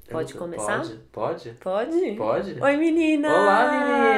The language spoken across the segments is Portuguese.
Pode começar? Pode? Pode? Pode? Oi, meninas! Olá,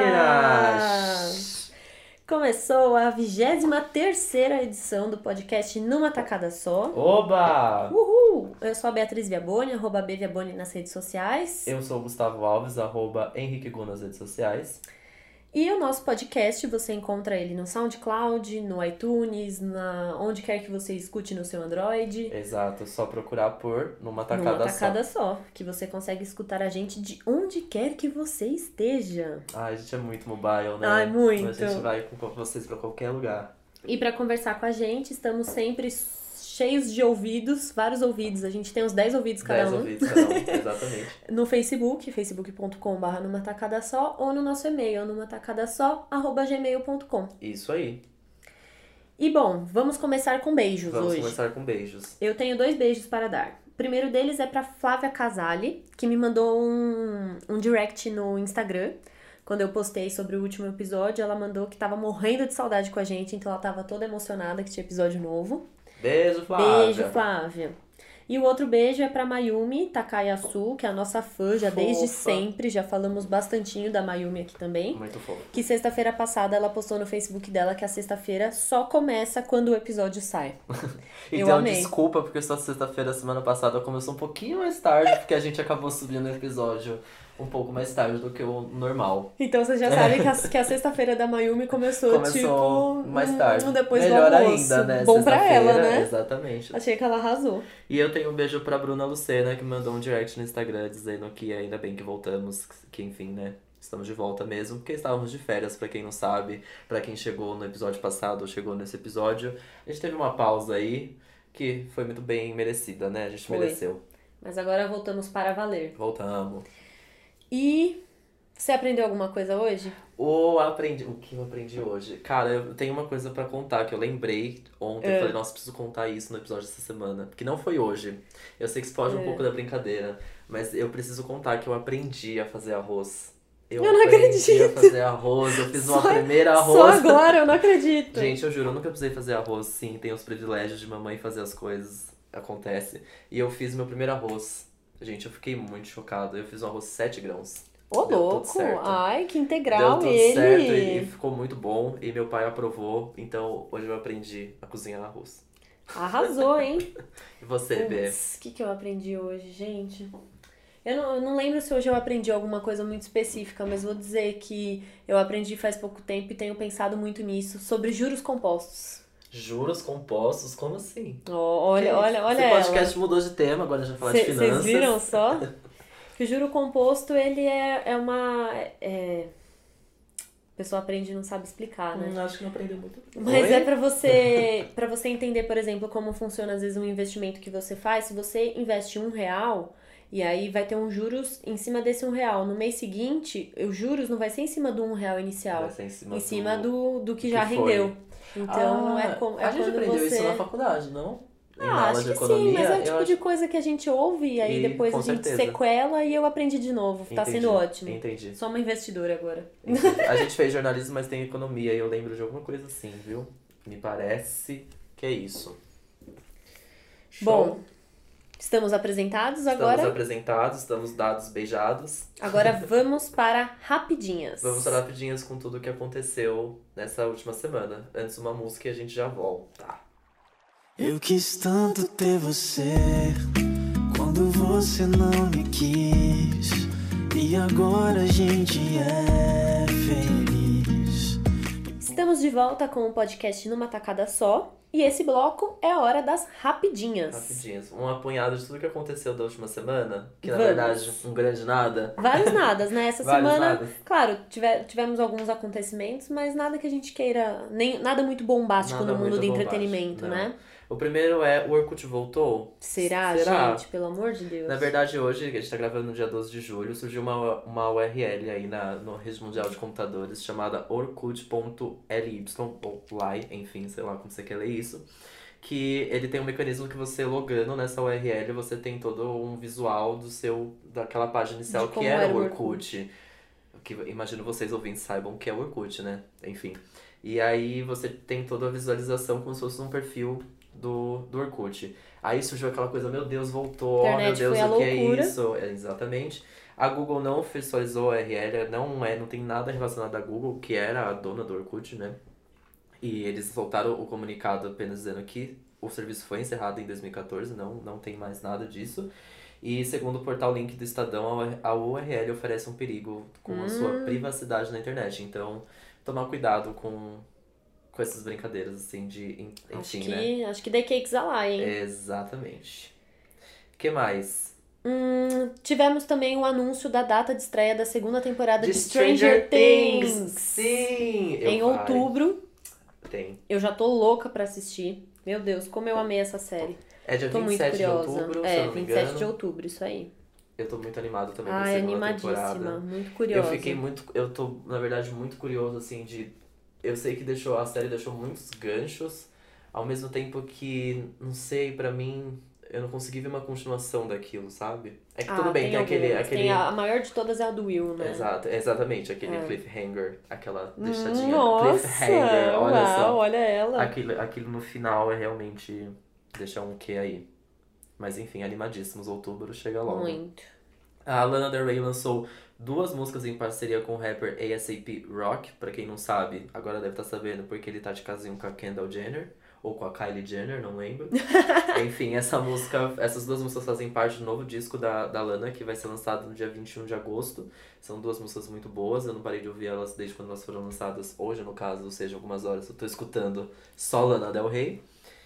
meninas! Começou a 23ª edição do podcast Numa Tacada Só. Oba! Uhul! Eu sou a Beatriz Viaboni, @bviaboni nas redes sociais. Eu sou o Gustavo Alves, @Henrique Gu nas redes sociais. E o nosso podcast, você encontra ele no SoundCloud, no iTunes, onde quer que você escute no seu Android. Exato, só procurar por Numa Tacada Numa tacada Só. só, que você consegue escutar a gente de onde quer que você esteja. Ai, a gente é muito mobile, né? Ai, muito. A gente vai com vocês pra qualquer lugar. E para conversar com a gente, estamos sempre cheios de ouvidos, vários ouvidos. A gente tem uns 10 ouvidos cada 10 um. ouvidos cada um, exatamente. No Facebook, facebook.com/, numa tacada só, ou no nosso e-mail, numatacadasó@gmail.com. Isso aí. E bom, vamos começar com beijos Vamos hoje. começar com beijos. Eu tenho 2 beijos para dar. O primeiro deles é para Flávia Casali, que me mandou um direct no Instagram. Quando eu postei sobre o último episódio, ela mandou que tava morrendo de saudade com a gente, então ela tava toda emocionada que tinha episódio novo. Beijo, Flávia! Beijo, Flávia. E o outro beijo é pra Mayumi Takayasu, que é a nossa fã já desde Fofa. sempre. Já falamos bastantinho da Mayumi aqui também. Muito fofo. Que sexta-feira passada ela postou no Facebook dela que a sexta-feira só começa quando o episódio sai. Eu Então, amei. desculpa, porque essa sexta-feira, semana passada, começou um pouquinho mais tarde, porque a gente acabou subindo o episódio um pouco mais tarde do que o normal. Então você já sabe que a sexta-feira da Mayumi começou tipo mais tarde. depois Melhor do almoço. ainda, né? Bom pra ela, Sexta-feira, né? Exatamente. Achei que ela arrasou. E eu tenho um beijo pra Bruna Lucena, que mandou um direct no Instagram dizendo que ainda bem que voltamos, que enfim, né? Estamos de volta mesmo, porque estávamos de férias, pra quem não sabe, pra quem chegou no episódio passado ou chegou nesse episódio. A gente teve uma pausa aí, que foi muito bem merecida, né? A gente Foi. mereceu. Mas agora voltamos para valer. Voltamos. E você aprendeu alguma coisa hoje? O que eu aprendi hoje? Cara, eu tenho uma coisa pra contar que eu lembrei ontem. Eu falei, nossa, preciso contar isso no episódio dessa semana. Que não foi hoje. Eu sei que isso foge um pouco da brincadeira, mas eu preciso contar que eu aprendi a fazer arroz. Eu não aprendi a acredito. fazer arroz. Eu fiz uma primeira Só arroz. agora, eu não acredito. Gente, eu juro, eu nunca precisei fazer arroz. Sim, tem os privilégios de mamãe fazer as coisas. Acontece. E eu fiz meu primeiro arroz. Gente, eu fiquei muito chocado. Eu fiz um arroz 7 grãos. Ô, Deu tudo louco. certo. Ai, que Deu integral tudo ele. certo e ficou muito bom. E meu pai aprovou. Então hoje eu aprendi a cozinhar arroz. Arrasou, hein? E você, Bê? O que eu aprendi hoje, gente? Eu não lembro se hoje eu aprendi alguma coisa muito específica, mas vou dizer que eu aprendi faz pouco tempo e tenho pensado muito nisso, sobre juros compostos. Juros compostos? Como assim? Olha Esse ela. podcast mudou de tema, agora a gente vai falar de finanças. Vocês viram só? Que o juro composto, ele é uma... A pessoa aprende e não sabe explicar, né? Acho que não aprendeu muito. Mas Oi? é pra você entender, por exemplo, como funciona às vezes um investimento que você faz. Se você investe R$1 e aí vai ter um juros em cima desse R$1. No mês seguinte, os juros não vai ser em cima do R$1 inicial. Vai ser em cima do que já foi. rendeu. Então é quando a gente aprendeu você... isso na faculdade, não? Em Ah, aula acho de que economia. sim, mas é o eu tipo acho- de coisa que a gente ouve e aí E, depois com a gente certeza. sequela e eu aprendi de novo. Tá Entendi, sendo ótimo. Entendi. Sou uma investidora agora. Entendi. A gente fez jornalismo, mas tem economia. E eu lembro de alguma coisa assim, viu? Me parece que é isso. Bom, estamos apresentados Estamos agora. apresentados, estamos dados, beijados. Agora vamos para rapidinhas. Vamos falar rapidinhas com tudo o que aconteceu nessa última semana. Antes uma música e a gente já volta. Eu quis tanto ter você quando você não me quis. E agora a gente é feliz. Estamos de volta com o podcast Numa Tacada Só. E esse bloco é a hora das rapidinhas. Rapidinhas. Um apanhado de tudo que aconteceu da última semana. Que na Vamos. verdade, um grande nada. Vários nadas, né? Essa Vários semana, nadas. claro, tivemos alguns acontecimentos, mas nada que a gente queira, nem nada muito bombástico Nada no mundo muito do bombástico, entretenimento, não. né? O primeiro é o Orkut voltou. Será, gente? Pelo amor de Deus. Na verdade, hoje, que a gente tá gravando no dia 12 de julho, surgiu uma URL aí no Rede Mundial de Computadores chamada orkut.ly, ou ly, enfim, sei lá como você quer ler isso. Que ele tem um mecanismo que você logando nessa URL, você tem todo um visual daquela página inicial De como que era era o o Orkut. Que imagino vocês ouvintes saibam que é o Orkut, né? Enfim. E aí você tem toda a visualização como se fosse um perfil do Orkut. Aí surgiu aquela coisa, meu Deus, voltou, Internet meu foi Deus, a o que é loucura. isso? Exatamente. A Google não oficializou a URL, não tem nada relacionado à Google, que era a dona do Orkut, né? E eles soltaram o comunicado apenas dizendo que o serviço foi encerrado em 2014, não tem mais nada disso. E segundo o portal Link do Estadão, a URL oferece um perigo com a sua privacidade na internet. Então, tomar cuidado com essas brincadeiras, assim, de... Enfim, né? Acho que The Cakes a lie, hein? Exatamente. O que mais? Tivemos também o anúncio da data de estreia da segunda temporada de Stranger Stranger Things. Sim! Em outubro. Tem. Eu já tô louca pra assistir. Meu Deus, como eu amei essa série. É dia Tô muito 27 de curiosa. outubro, se eu não me 27 de engano. outubro, isso aí. Eu tô muito animado também pra Ai, segunda animadíssima, temporada. muito curiosa. Eu tô, na verdade, muito curioso, assim, eu sei que a série deixou muitos ganchos, ao mesmo tempo que, não sei, pra mim, eu não consegui ver uma continuação daquilo, sabe? É que tudo bem, tem algumas. aquele... A maior de todas é a do Will, né? Exatamente, aquele cliffhanger, aquela deixadinha. Nossa, Cliffhanger, olha uau, só. olha ela. Aquilo no final é realmente deixar um quê aí. Mas enfim, animadíssimos, outubro chega logo. Muito. A Lana Del Rey lançou 2 músicas em parceria com o rapper A$AP Rock. Pra quem não sabe, agora deve estar sabendo porque ele tá de casinho com a Kendall Jenner. Ou com a Kylie Jenner, não lembro. Enfim, essas 2 músicas fazem parte do novo disco da Lana, que vai ser lançado no dia 21 de agosto. São 2 músicas muito boas, eu não parei de ouvir elas desde quando elas foram lançadas. Hoje, no caso, ou seja, algumas horas, eu tô escutando só Lana Del Rey.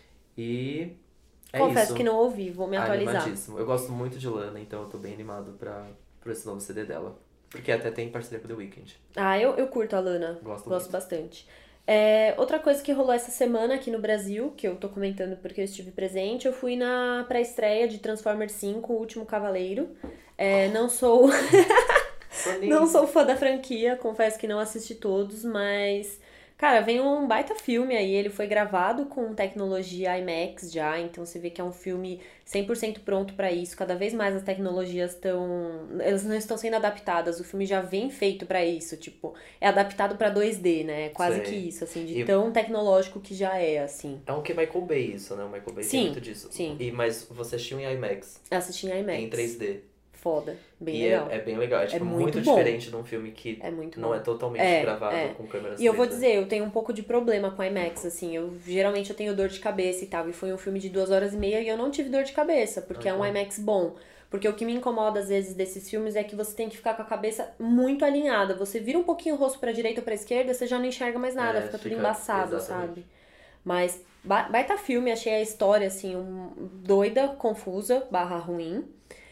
E... Confesso isso. que não ouvi, vou me atualizar. Animadíssimo. Eu gosto muito de Lana, então eu tô bem animado por esse novo CD dela. Porque até tem parceria com The Weeknd. Eu curto a Lana. Gosto Gosto muito. bastante. Outra coisa que rolou essa semana aqui no Brasil, que eu tô comentando porque eu estive presente, eu fui na pré-estreia de Transformers 5, O Último Cavaleiro. Não sou fã da franquia, confesso que não assisti todos, mas... Cara, vem um baita filme aí, ele foi gravado com tecnologia IMAX já, então você vê que é um filme 100% pronto pra isso. Cada vez mais as tecnologias elas não estão sendo adaptadas, o filme já vem feito pra isso, tipo, é adaptado pra 2D, né? Quase Sei. que isso, assim, de tão tecnológico que já é, assim. É um que Michael Bay isso, né? O Michael Bay tem muito disso. Sim. Mas você assistiu em IMAX? Assisti em IMAX. Em 3D. Foda, bem E legal. é bem legal, é tipo muito muito bom. diferente de um filme que muito não bom. é totalmente gravado com câmeras 3D. E eu vou dizer, eu tenho um pouco de problema com IMAX, assim, geralmente eu tenho dor de cabeça e tal, e foi um filme de 2h30 e eu não tive dor de cabeça, porque é um IMAX bom. Porque o que me incomoda às vezes desses filmes é que você tem que ficar com a cabeça muito alinhada. Você vira um pouquinho o rosto pra direita ou pra esquerda, você já não enxerga mais nada, fica tudo embaçado, exatamente. sabe? Mas baita filme, achei a história, assim, doida, confusa, /ruim.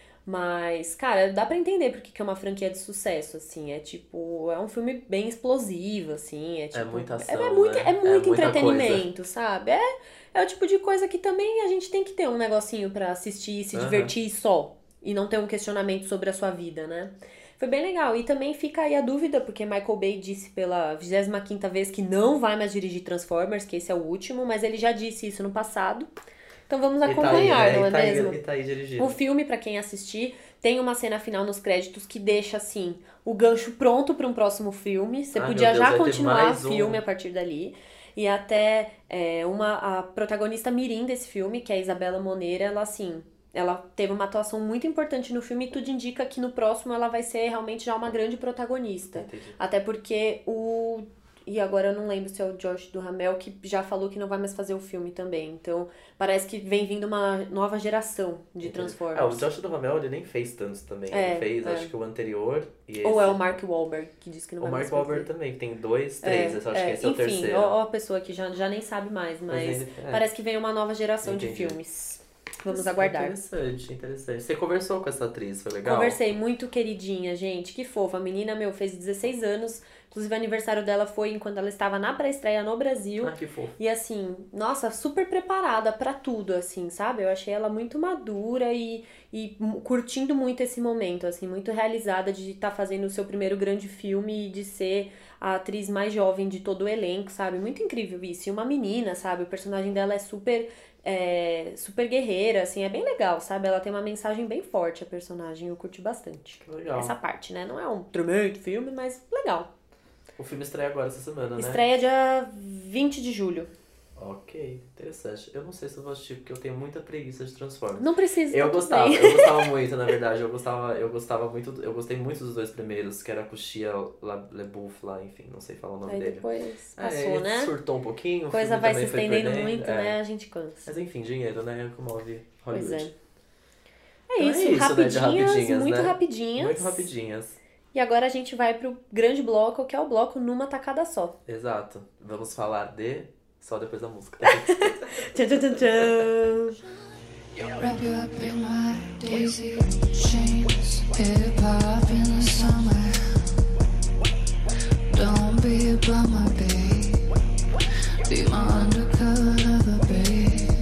Mas, cara, dá pra entender porque que é uma franquia de sucesso, assim. É um filme bem explosivo, assim. É muita ação, é muito muita entretenimento, sabe? É o tipo de coisa que também a gente tem que ter um negocinho pra assistir e se divertir só. E não ter um questionamento sobre a sua vida, né? Foi bem legal. E também fica aí a dúvida, porque Michael Bay disse pela 25ª vez que não vai mais dirigir Transformers, que esse é o último, mas ele já disse isso no passado. Então vamos acompanhar, não é mesmo? E tá aí dirigindo. O filme, pra quem assistir, tem uma cena final nos créditos que deixa, assim, o gancho pronto pra um próximo filme. Você podia já continuar o filme a partir dali. E até a protagonista mirim desse filme, que é a Isabela Moneira, ela teve uma atuação muito importante no filme e tudo indica que no próximo ela vai ser realmente já uma grande protagonista. Entendi. Até porque E agora eu não lembro se é o Josh Duhamel que já falou que não vai mais fazer o filme também. Então, parece que vem vindo uma nova geração de Transformers. O Josh Duhamel, ele nem fez tantos também. Ele fez, acho que o anterior e esse. Ou é o Mark Wahlberg, que disse que não vai mais fazer. O Mark Wahlberg também, que tem 2, 3, eu acho que esse é o terceiro. Enfim, ó a pessoa que já nem sabe mais, mas parece que vem uma nova geração de filmes. Vamos aguardar. Interessante. Você conversou com essa atriz, foi legal? Conversei, muito queridinha, gente. Que fofa. A menina, fez 16 anos. Inclusive, o aniversário dela foi enquanto ela estava na pré-estreia no Brasil. Ah, que fofo. E assim, nossa, super preparada pra tudo, assim, sabe? Eu achei ela muito madura e curtindo muito esse momento, assim, muito realizada de estar fazendo o seu primeiro grande filme e de ser a atriz mais jovem de todo o elenco, sabe? Muito incrível isso. E uma menina, sabe? O personagem dela é super guerreira, assim, é bem legal, sabe? Ela tem uma mensagem bem forte, a personagem, eu curti bastante. Que legal. Essa parte, né? Não é um tremendo filme, mas legal. O filme estreia agora essa semana, né? Estreia dia 20 de julho. Ok, interessante. Eu não sei se eu vou assistir, porque eu tenho muita preguiça de Transformers. Não precisa, Eu tá tudo gostava, bem. eu gostava muito, na verdade. Eu gostava muito, eu gostei muito dos 2 primeiros, que era com o Shia LaBeouf lá, enfim, não sei falar o nome Aí dele. depois É, passou, ele né? surtou um pouquinho, o Coisa filme vai se também foi estendendo perdendo, muito, é. né? A gente cansa. Mas enfim, dinheiro, né? Comove Hollywood. Pois é. É Então isso, é isso, né? De rapidinhas, rapidinhas, muito né? rapidinhas. Muito rapidinhas. E agora a gente vai pro grande bloco, que é o bloco numa tacada só. Exato. Vamos falar de... Só depois da música. Tchan, tchan, tchan, tchan. Wrap you up in my daisy chains. Hip hop in the summer. Don't be a bummer, babe. Be my undercover, babe.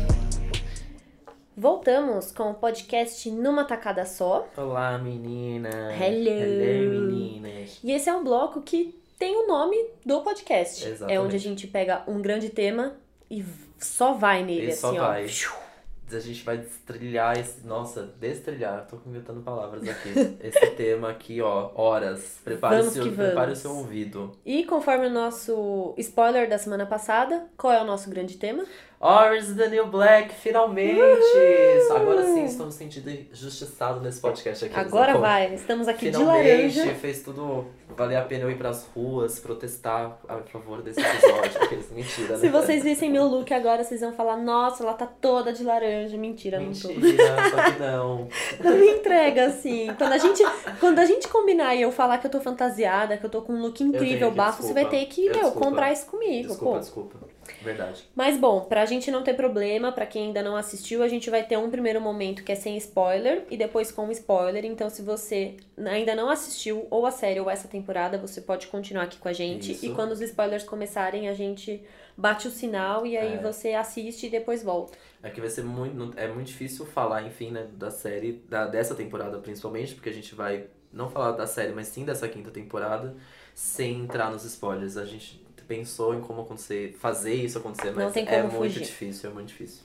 Voltamos com o podcast Numa Tacada Só. Olá, meninas. Hello. Hello, meninas. E esse é um bloco que tem o nome do podcast. Exatamente. É onde a gente pega um grande tema e só vai nele, E assim, só ó. vai. A gente vai destrilhar esse... Nossa, destrilhar. Tô inventando palavras aqui. Esse tema aqui, ó. Horas. Prepare Vamos que prepare o vamos. seu ouvido. E conforme o nosso spoiler da semana passada, qual é o nosso grande tema? Orange is the New Black, finalmente! Agora sim, estamos sentindo injustiçados nesse podcast aqui. Agora Como vai, estamos aqui de finalmente laranja. fez tudo valer a pena eu ir pras ruas, protestar a favor desse episódio. Aqueles, mentira, né? Se vocês vissem meu look agora, vocês vão falar, nossa, ela tá toda de laranja. Mentira, não tô. Mentira, só que não. Não me entrega, assim. Quando a gente combinar e eu falar que eu tô fantasiada, que eu tô com um look incrível, que- bafo, você vai ter que, desculpa. comprar isso comigo, pô. Desculpa. Verdade. Mas bom, pra gente não ter problema, pra quem ainda não assistiu, a gente vai ter um primeiro momento que é sem spoiler e depois com spoiler. Então, se você ainda não assistiu ou a série ou essa temporada, você pode continuar aqui com a gente. Isso. E quando os spoilers começarem, a gente bate o sinal e aí você assiste e depois volta. É que vai ser é muito difícil falar, enfim, né, da série, dessa temporada principalmente, porque a gente vai não falar da série, mas sim dessa 5ª temporada, sem entrar nos spoilers. A gente pensou em como fazer isso acontecer, mas Não tem é como muito fugir. difícil, é muito difícil.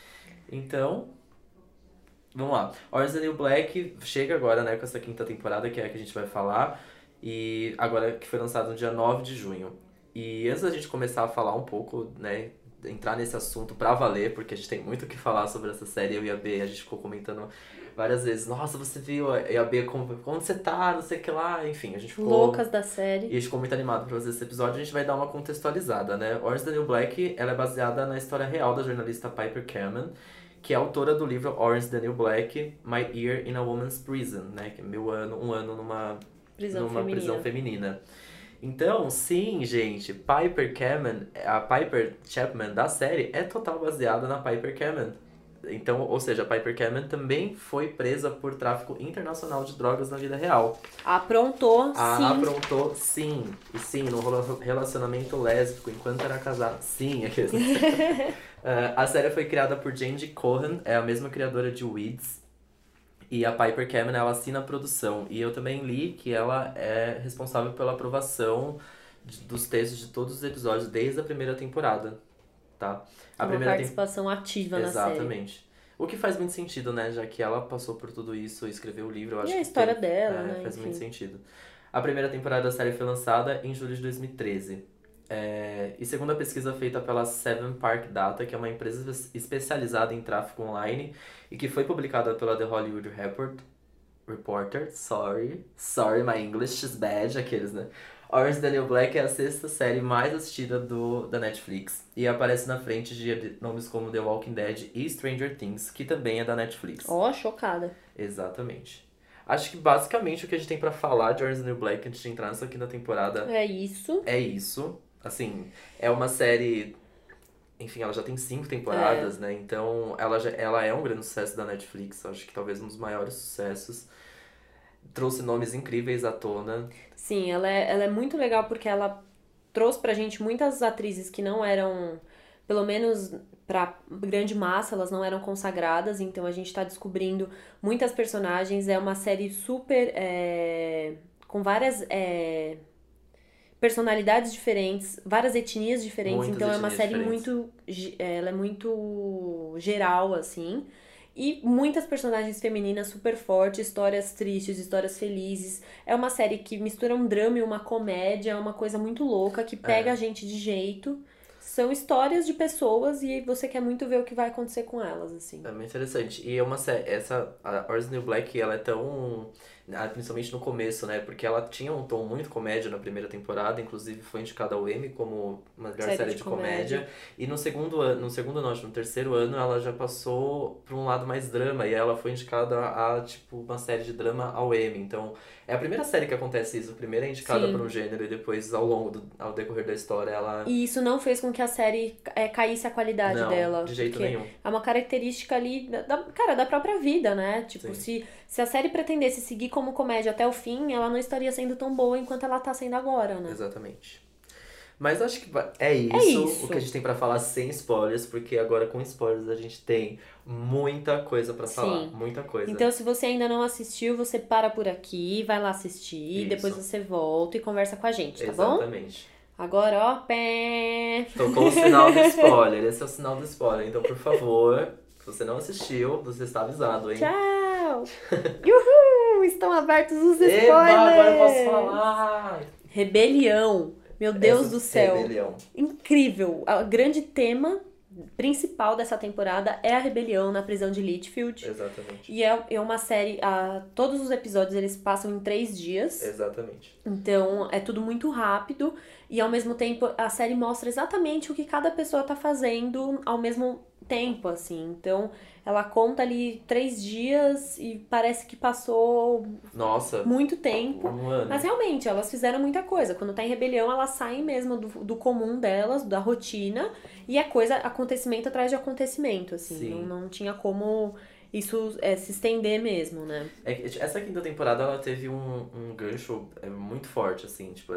Então, vamos lá. Orange is the New Black chega agora, né, com essa 5ª temporada, que é a que a gente vai falar, e agora que foi lançado no dia 9 de junho. E antes da gente começar a falar um pouco, né, entrar nesse assunto pra valer, porque a gente tem muito o que falar sobre essa série, eu e a B, a gente ficou comentando várias vezes, nossa, você viu? E a B, como você tá, não sei o que lá, enfim, a gente ficou... Loucas da série. E a gente ficou muito animado pra fazer esse episódio, a gente vai dar uma contextualizada, né? Orange is the New Black, ela é baseada na história real da jornalista Piper Kamen, que é autora do livro Orange is the New Black, My Year in a Woman's Prison, né? Que é um ano numa prisão feminina. Então, sim, gente, Piper Kamen, a Piper Chapman da série é total baseada na Piper Kamen. Então, ou seja, a Piper Kamen também foi presa por tráfico internacional de drogas na vida real. Aprontou, sim. Aprontou, sim. E sim, no relacionamento lésbico, enquanto era casada, sim. A série foi criada por Jenji Kohan, é a mesma criadora de Weeds. E a Piper Kamen, ela assina a produção. E eu também li que ela é responsável pela aprovação dos textos de todos os episódios desde a primeira temporada, tá? Uma participação ativa na série. Exatamente. O que faz muito sentido, né? Já que ela passou por tudo isso e escreveu o livro, eu acho E a que história dela, né? faz Enfim. muito sentido. A primeira temporada da série foi lançada em julho de 2013. E segundo a pesquisa feita pela Seven Park Data, que é uma empresa especializada em tráfego online e que foi publicada pela The Hollywood Reporter, sorry, my English is bad, aqueles, né? Orange is the New Black é a 6ª série mais assistida da Netflix e aparece na frente de nomes como The Walking Dead e Stranger Things, que também é da Netflix. Ó, chocada. Exatamente. Acho que basicamente o que a gente tem pra falar de Orange is the New Black antes de entrar nessa 5ª temporada É isso. é isso. Assim, é uma série... Enfim, ela já tem 5 temporadas, né? Então, ela é um grande sucesso da Netflix. Acho que talvez um dos maiores sucessos. Trouxe nomes incríveis à tona. Sim, ela é muito legal porque ela trouxe pra gente muitas atrizes que não eram, pelo menos pra grande massa, elas não eram consagradas. Então a gente tá descobrindo muitas personagens. É uma série super... com várias... personalidades diferentes, várias etnias diferentes, Muitas então é uma etnias série diferentes. ela é muito geral, assim, e muitas personagens femininas super fortes, histórias tristes, histórias felizes. É uma série que mistura um drama e uma comédia, é uma coisa muito louca, que pega a gente de jeito, são histórias de pessoas e você quer muito ver o que vai acontecer com elas, assim. É muito interessante. E é uma série, a Orange is the New Black, ela é tão, principalmente no começo, né? Porque ela tinha um tom muito comédia na primeira temporada, inclusive foi indicada ao Emmy como uma melhor série de comédia. E no segundo ano, no terceiro ano, ela já passou pra um lado mais drama, e ela foi indicada a, tipo, uma série de drama ao Emmy. Então, é a primeira série que acontece isso. A primeira é indicada por um gênero e depois, ao decorrer da história, ela... E isso não fez com que a série caísse a qualidade dela. De jeito nenhum. É uma característica ali, da própria vida, né? Tipo, se a série pretendesse seguir como comédia até o fim, ela não estaria sendo tão boa enquanto ela tá sendo agora, né? Exatamente. Mas acho que é isso o que a gente tem pra falar sem spoilers, porque agora com spoilers a gente tem muita coisa pra falar. Muita coisa. Então, se você ainda não assistiu, você para por aqui, vai lá assistir, depois você volta e conversa com a gente, tá bom? Exatamente. Agora, ó, pé. Tocou o sinal do spoiler. Esse é o sinal do spoiler. Então, por favor, se você não assistiu, você está avisado, hein? Tchau! Uhul! Estão abertos os spoilers! Eba, agora eu posso falar! Rebelião. Meu Deus do céu. Rebelião. Incrível. O grande tema principal dessa temporada é a rebelião na prisão de Litchfield. Exatamente. E é uma série... todos os episódios eles passam em 3 dias. Exatamente. Então, é tudo muito rápido. E, ao mesmo tempo, a série mostra exatamente o que cada pessoa tá fazendo ao mesmo tempo, assim. Então, ela conta ali 3 dias e parece que passou muito tempo. Um ano. Mas, realmente, elas fizeram muita coisa. Quando tá em rebelião, elas saem mesmo do comum delas, da rotina. E é acontecimento atrás de acontecimento, assim. Não tinha como... isso se estender mesmo, né? Essa quinta temporada, ela teve um gancho muito forte, assim, tipo,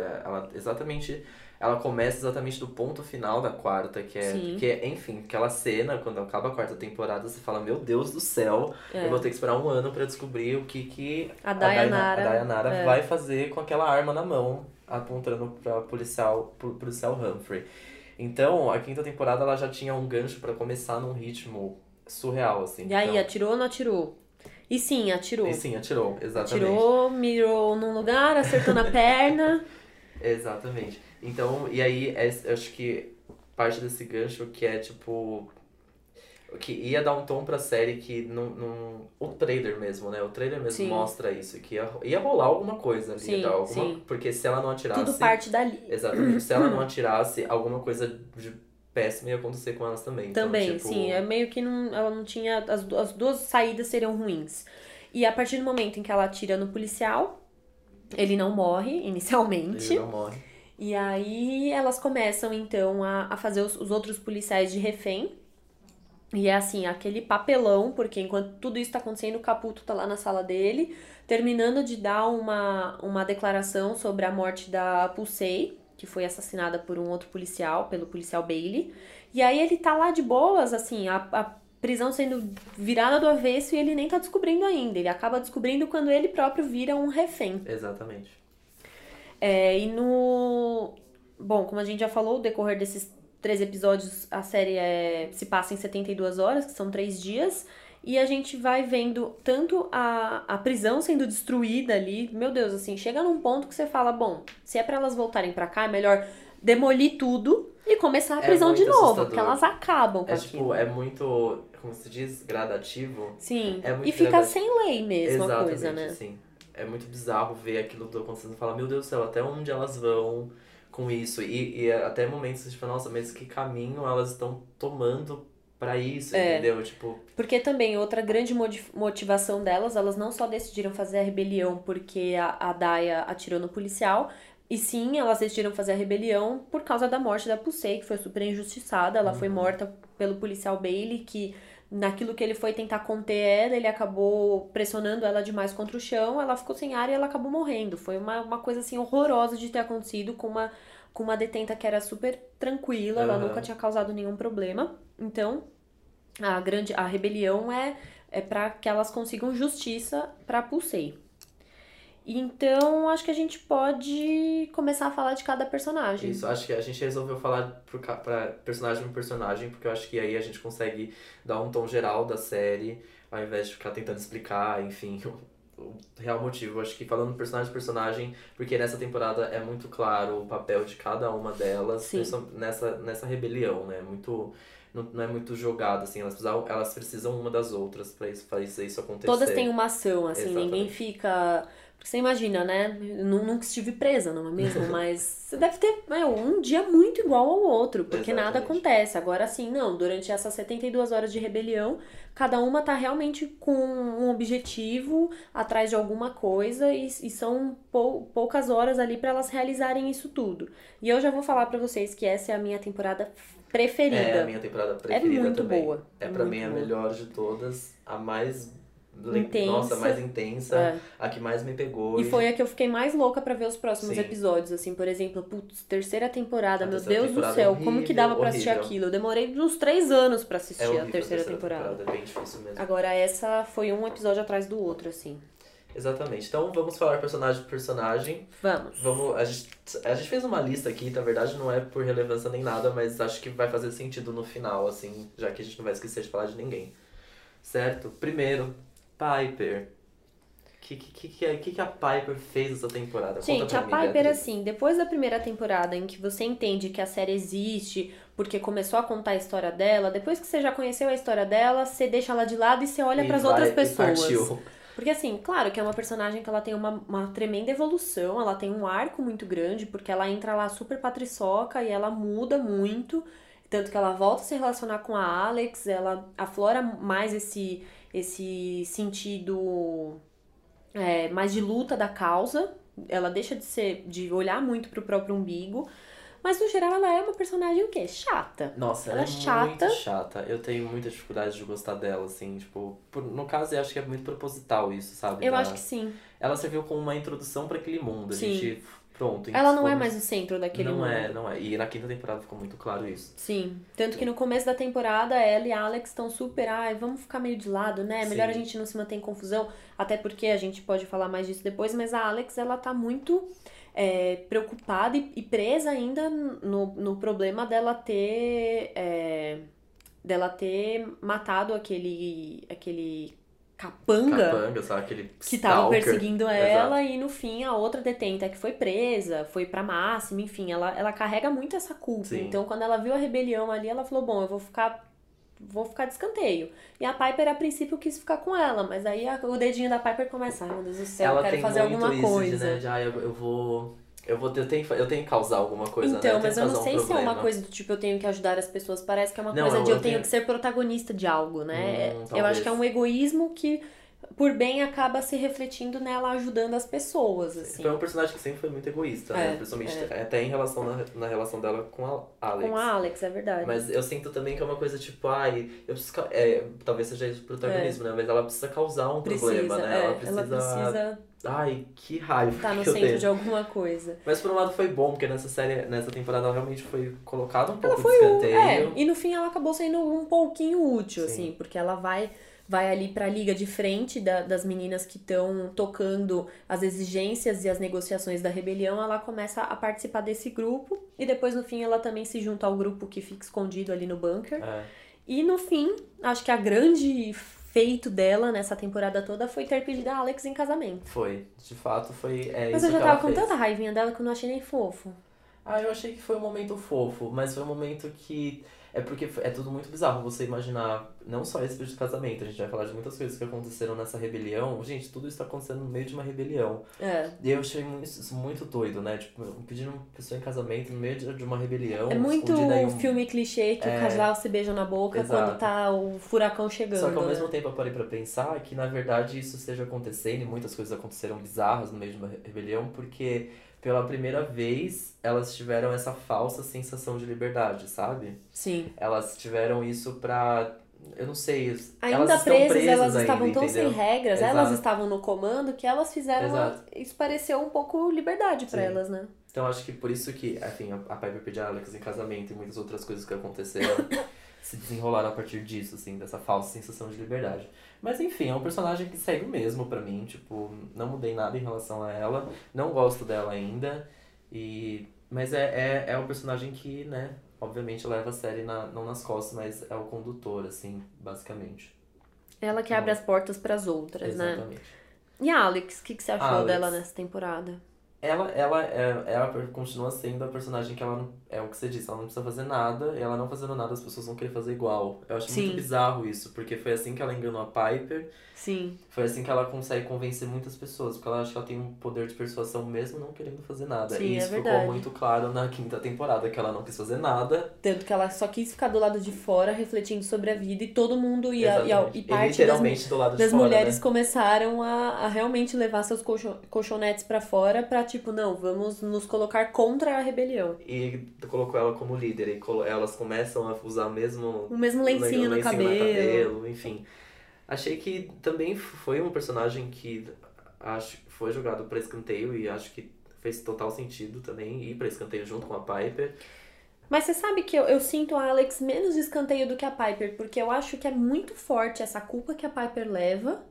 ela começa exatamente do ponto final da quarta, que é, enfim, aquela cena, quando acaba a quarta temporada, você fala, meu Deus do céu, eu vou ter que esperar um ano pra descobrir o que a Dayanara vai fazer com aquela arma na mão, apontando pra policial Humphrey. Então, a quinta temporada, ela já tinha um gancho pra começar num ritmo surreal, assim. E aí, atirou ou não atirou? E sim, atirou, exatamente. Atirou, mirou num lugar, acertou na perna. Exatamente. Então, e aí, eu acho que parte desse gancho que é, tipo... que ia dar um tom pra série que o trailer mesmo, né? O trailer mesmo mostra isso, que ia rolar alguma coisa ali. Porque se ela não atirasse... tudo parte dali. Exatamente. Se ela não atirasse, alguma coisa de péssimo ia acontecer com elas também. Também, então, tipo... sim. É meio que ela não tinha... As duas saídas seriam ruins. E a partir do momento em que ela atira no policial, ele não morre inicialmente. Ele não morre. E aí elas começam, então, a fazer os outros policiais de refém. E é assim, aquele papelão, porque enquanto tudo isso tá acontecendo, o Caputo tá lá na sala dele, terminando de dar uma declaração sobre a morte da Pulsei, que foi assassinada por um outro policial, pelo policial Bailey. E aí ele tá lá de boas, assim, a prisão sendo virada do avesso e ele nem tá descobrindo ainda. Ele acaba descobrindo quando ele próprio vira um refém. Exatamente. Bom, como a gente já falou, o decorrer desses 3 episódios, a série se passa em 72 horas, que são 3 dias. E a gente vai vendo tanto a prisão sendo destruída ali. Meu Deus, assim, chega num ponto que você fala, bom, se é pra elas voltarem pra cá, é melhor demolir tudo e começar a prisão de novo. Assustador. Porque elas acabam com aquilo. Tipo, é muito, como se diz, gradativo. Sim, e fica sem lei mesmo a coisa, né? Sim. É muito bizarro ver aquilo acontecendo e falar, meu Deus do céu, até onde elas vão com isso? E até momentos que você fala, nossa, mas que caminho elas estão tomando pra isso, entendeu? Tipo... Porque também, outra grande motivação delas, elas não só decidiram fazer a rebelião porque a Daya atirou no policial, e sim, elas decidiram fazer a rebelião por causa da morte da Pulsei, que foi super injustiçada. Ela foi morta pelo policial Bailey, que naquilo que ele foi tentar conter ela, ele acabou pressionando ela demais contra o chão, ela ficou sem ar e ela acabou morrendo. Foi uma coisa, assim, horrorosa de ter acontecido com uma detenta que era super tranquila, ela nunca tinha causado nenhum problema. Então, a rebelião é pra que elas consigam justiça pra Pulsei. Então, acho que a gente pode começar a falar de cada personagem. Isso, acho que a gente resolveu falar pra personagem por personagem, porque eu acho que aí a gente consegue dar um tom geral da série, ao invés de ficar tentando explicar, enfim, o real motivo. Eu acho que falando personagem por personagem, porque nessa temporada é muito claro o papel de cada uma delas Sim. nessa rebelião, né? Não é muito jogado, assim, elas precisam uma das outras pra fazer isso acontecer. Todas têm uma ação, assim, ninguém Exatamente. fica... Porque você imagina, né? Eu nunca estive presa, não é mesmo? Mas você deve ter, um dia muito igual ao outro, porque nada Exatamente. acontece. Agora, assim, não, durante essas 72 horas de rebelião, cada uma tá realmente com um objetivo, atrás de alguma coisa, e são poucas horas ali pra elas realizarem isso tudo. E eu já vou falar pra vocês que essa é a minha temporada preferida. É a minha temporada preferida muito também. boa. É pra muito mim a boa. melhor de todas, a mais... Intensa. Nossa, a mais intensa, É. a que mais me pegou. E foi a que eu fiquei mais louca pra ver os próximos Sim. episódios, assim, por exemplo, putz, terceira temporada, A meu terceira Deus do temporada céu, é como que dava horrível, pra assistir horrível. aquilo? Eu demorei uns 3 anos pra assistir É horrível a terceira temporada. É bem difícil mesmo. Agora essa foi um episódio atrás do outro, assim. Exatamente. Então vamos falar personagem por personagem. Vamos. A gente fez uma lista aqui, na verdade não é por relevância nem nada, mas acho que vai fazer sentido no final, assim, já que a gente não vai esquecer de falar de ninguém. Certo? Primeiro, Piper. O que a Piper fez essa temporada? Conta Gente, pra a mim, Piper, Beatriz. assim, depois da primeira temporada em que você entende que a série existe, porque começou a contar a história dela, depois que você já conheceu a história dela, você deixa ela de lado e você olha E pras vai- outras e pessoas. partiu. Porque assim, claro que é uma personagem que ela tem uma tremenda evolução, ela tem um arco muito grande, porque ela entra lá super patriçoca e ela muda muito, tanto que ela volta a se relacionar com a Alex, ela aflora mais esse sentido mais de luta da causa, ela deixa de olhar muito pro próprio umbigo, mas no geral ela é uma personagem o quê? Chata. Nossa, Ela ela é é chata. muito chata. Eu tenho muita dificuldade de gostar dela, assim, tipo... No caso, eu acho que é muito proposital isso, sabe? Eu acho que sim. Ela serviu como uma introdução pra aquele mundo. A Sim. gente... Pronto. Ela não é fomos- mais o centro daquele mundo. Não é. E na quinta temporada ficou muito claro isso. Sim, tanto que no começo da temporada ela e a Alex estão super, vamos ficar meio de lado, né? Melhor Sim. a gente não se manter em confusão, até porque a gente pode falar mais disso depois, mas a Alex, ela tá muito preocupada e presa ainda no problema dela ter matado aquele capanga Sabe? Aquele que tava stalker. perseguindo ela Exato. e no fim a outra detenta que foi presa, foi pra máxima, enfim, ela carrega muito essa culpa. Sim. Então quando ela viu a rebelião ali, ela falou, bom, eu vou ficar de escanteio. E a Piper a princípio quis ficar com ela, mas aí o dedinho da Piper começa, ai meu Deus do céu, Ela eu quero tem fazer muito alguma isso coisa. de, né? Eu tenho que causar alguma coisa, Então, né? mas eu não causar sei um se é uma problema. coisa do tipo, eu tenho que ajudar as pessoas. Parece que é uma Não, coisa de eu eu tenho tenho- que ser protagonista de algo, né? Eu talvez. acho que é um egoísmo que, por bem, acaba se refletindo nela ajudando as pessoas, assim. Foi um personagem que sempre foi muito egoísta, né? Principalmente até em relação na relação dela com a Alex. Com a Alex, é verdade. Mas eu sinto também que é uma coisa tipo, eu preciso. Talvez seja isso o protagonismo, né? Mas ela precisa causar um problema, né? Ela precisa. Ai, que raiva Tá no que eu centro tenho. de alguma coisa. Mas por um lado foi bom, porque nessa temporada ela realmente foi colocada um pouco de escanteio. E no fim ela acabou sendo um pouquinho útil, Sim. assim, porque ela vai ali pra liga de frente das meninas que estão tocando as exigências e as negociações da rebelião, ela começa a participar desse grupo, e depois no fim ela também se junta ao grupo que fica escondido ali no bunker. E no fim, acho que a grande feito dela nessa temporada toda foi ter pedido a Alex em casamento. Foi, de fato foi. Mas isso eu já que tava ela com fez. tanta raivinha dela que eu não achei nem fofo. Eu achei que foi um momento fofo, mas foi um momento que... É porque é tudo muito bizarro você imaginar, não só esse pedido de casamento, a gente vai falar de muitas coisas que aconteceram nessa rebelião. Gente, tudo isso tá acontecendo no meio de uma rebelião. E eu achei isso muito doido, né? Tipo, pedindo uma pessoa em casamento no meio de uma rebelião. É muito escondida em filme clichê que o casal se beija na boca Exato. quando tá o furacão chegando. Só que ao né? mesmo tempo eu parei pra pensar que na verdade isso esteja acontecendo e muitas coisas aconteceram bizarras no meio de uma rebelião porque pela primeira vez elas tiveram essa falsa sensação de liberdade, sabe? Sim. Elas tiveram isso pra... Eu não sei, Ainda elas estão presas, elas ainda, estavam tão entendeu? sem regras, Exato. elas estavam no comando que elas fizeram... Exato. Isso pareceu um pouco liberdade pra Sim. elas, né? Então acho que por isso que, enfim, a Piper pediu a Alex em casamento e muitas outras coisas que aconteceram se desenrolaram a partir disso, assim, dessa falsa sensação de liberdade. Mas enfim, é um personagem que segue o mesmo pra mim, tipo, não mudei nada em relação a ela, não gosto dela ainda, mas é um personagem que, né, obviamente leva a série não nas costas, mas é o condutor, assim, basicamente. Ela que abre as portas pras outras, né? Exatamente. E a Alex, o que você achou Alex. dela nessa temporada? Ela continua sendo a personagem que ela não. É o que você disse, ela não precisa fazer nada, e ela não fazendo nada, as pessoas vão querer fazer igual. Eu acho Sim. muito bizarro isso, porque foi assim que ela enganou a Piper, Sim, foi assim que ela consegue convencer muitas pessoas, porque ela acha que ela tem um poder de persuasão mesmo não querendo fazer nada. Sim, E é isso ficou verdade. muito claro na 5ª temporada, que ela não quis fazer nada. tanto que ela só quis ficar do lado de fora, refletindo sobre a vida, e todo mundo Exatamente. e E parte literalmente do lado de das fora, mulheres né? começaram a realmente levar seus colchonetes pra fora pra, tipo, não, vamos nos colocar contra a rebelião. E colocou ela como líder, e elas começam a usar O mesmo lencinho no cabelo. Enfim. Achei que também foi um personagem que acho que foi jogado pra escanteio e acho que fez total sentido também ir pra escanteio junto com a Piper. Mas você sabe que eu sinto a Alex menos de escanteio do que a Piper, porque eu acho que é muito forte essa culpa que a Piper leva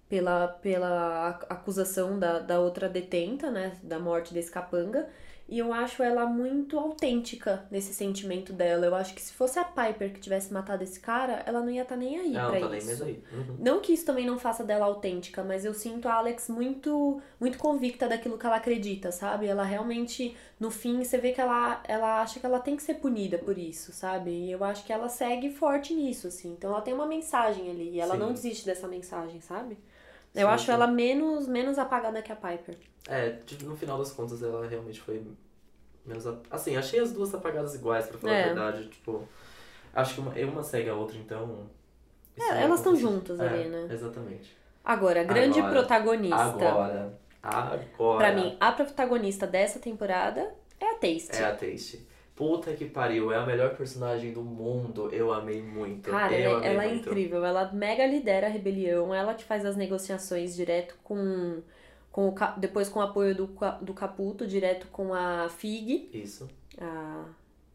pela acusação da outra detenta, né, da morte desse capanga. E eu acho ela muito autêntica nesse sentimento dela. Eu acho que se fosse a Piper que tivesse matado esse cara, ela não ia estar nem aí Ela pra não tá nem isso. mesmo aí. Uhum. Não que isso também não faça dela autêntica, mas eu sinto a Alex muito convicta daquilo que ela acredita, sabe? Ela realmente, no fim, você vê que ela acha que ela tem que ser punida por isso, sabe? E eu acho que ela segue forte nisso, assim. Então ela tem uma mensagem ali e ela Sim. não desiste dessa mensagem, sabe? Sim, Eu acho sim. ela menos apagada que a Piper. No final das contas ela realmente foi menos. Assim, achei as duas apagadas iguais, pra falar a verdade. Tipo, acho que uma segue a outra, então. isso aí Elas estão aconteceu. juntas ali, né? Exatamente. Agora, a grande Agora, protagonista. Agora. Pra mim, a protagonista dessa temporada é a Taste. É a Taste. Puta que pariu, é a melhor personagem do mundo. Eu amei muito. Cara, eu amei ela é muito. incrível. Ela mega lidera a rebelião. Ela que faz as negociações direto depois com o apoio do Caputo, direto com a Fig, Isso. a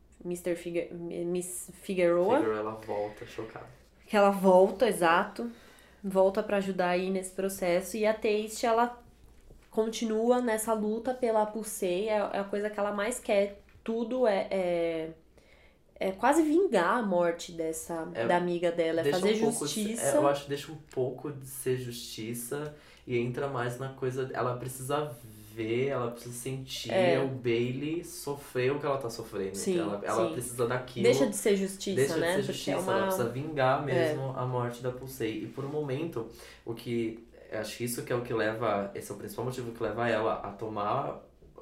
Miss Figueroa. Ela volta chocada. Que ela volta, exato. Volta pra ajudar aí nesse processo. E a Taste, ela continua nessa luta pela Pulsei. É a coisa que ela mais quer. Tudo é quase vingar a morte da amiga dela. É Deixa fazer um pouco, justiça. eu acho que deixa um pouco de ser justiça e entra mais na coisa. Ela precisa ver, ela precisa sentir o Bailey sofrer o que ela tá sofrendo. Sim, ela sim. precisa daquilo. Deixa de ser justiça, Deixa né? de ser Porque justiça, ela precisa vingar mesmo a morte da Pulsei. E por um momento, acho que isso que é o que leva. Esse é o principal motivo que leva ela a tomar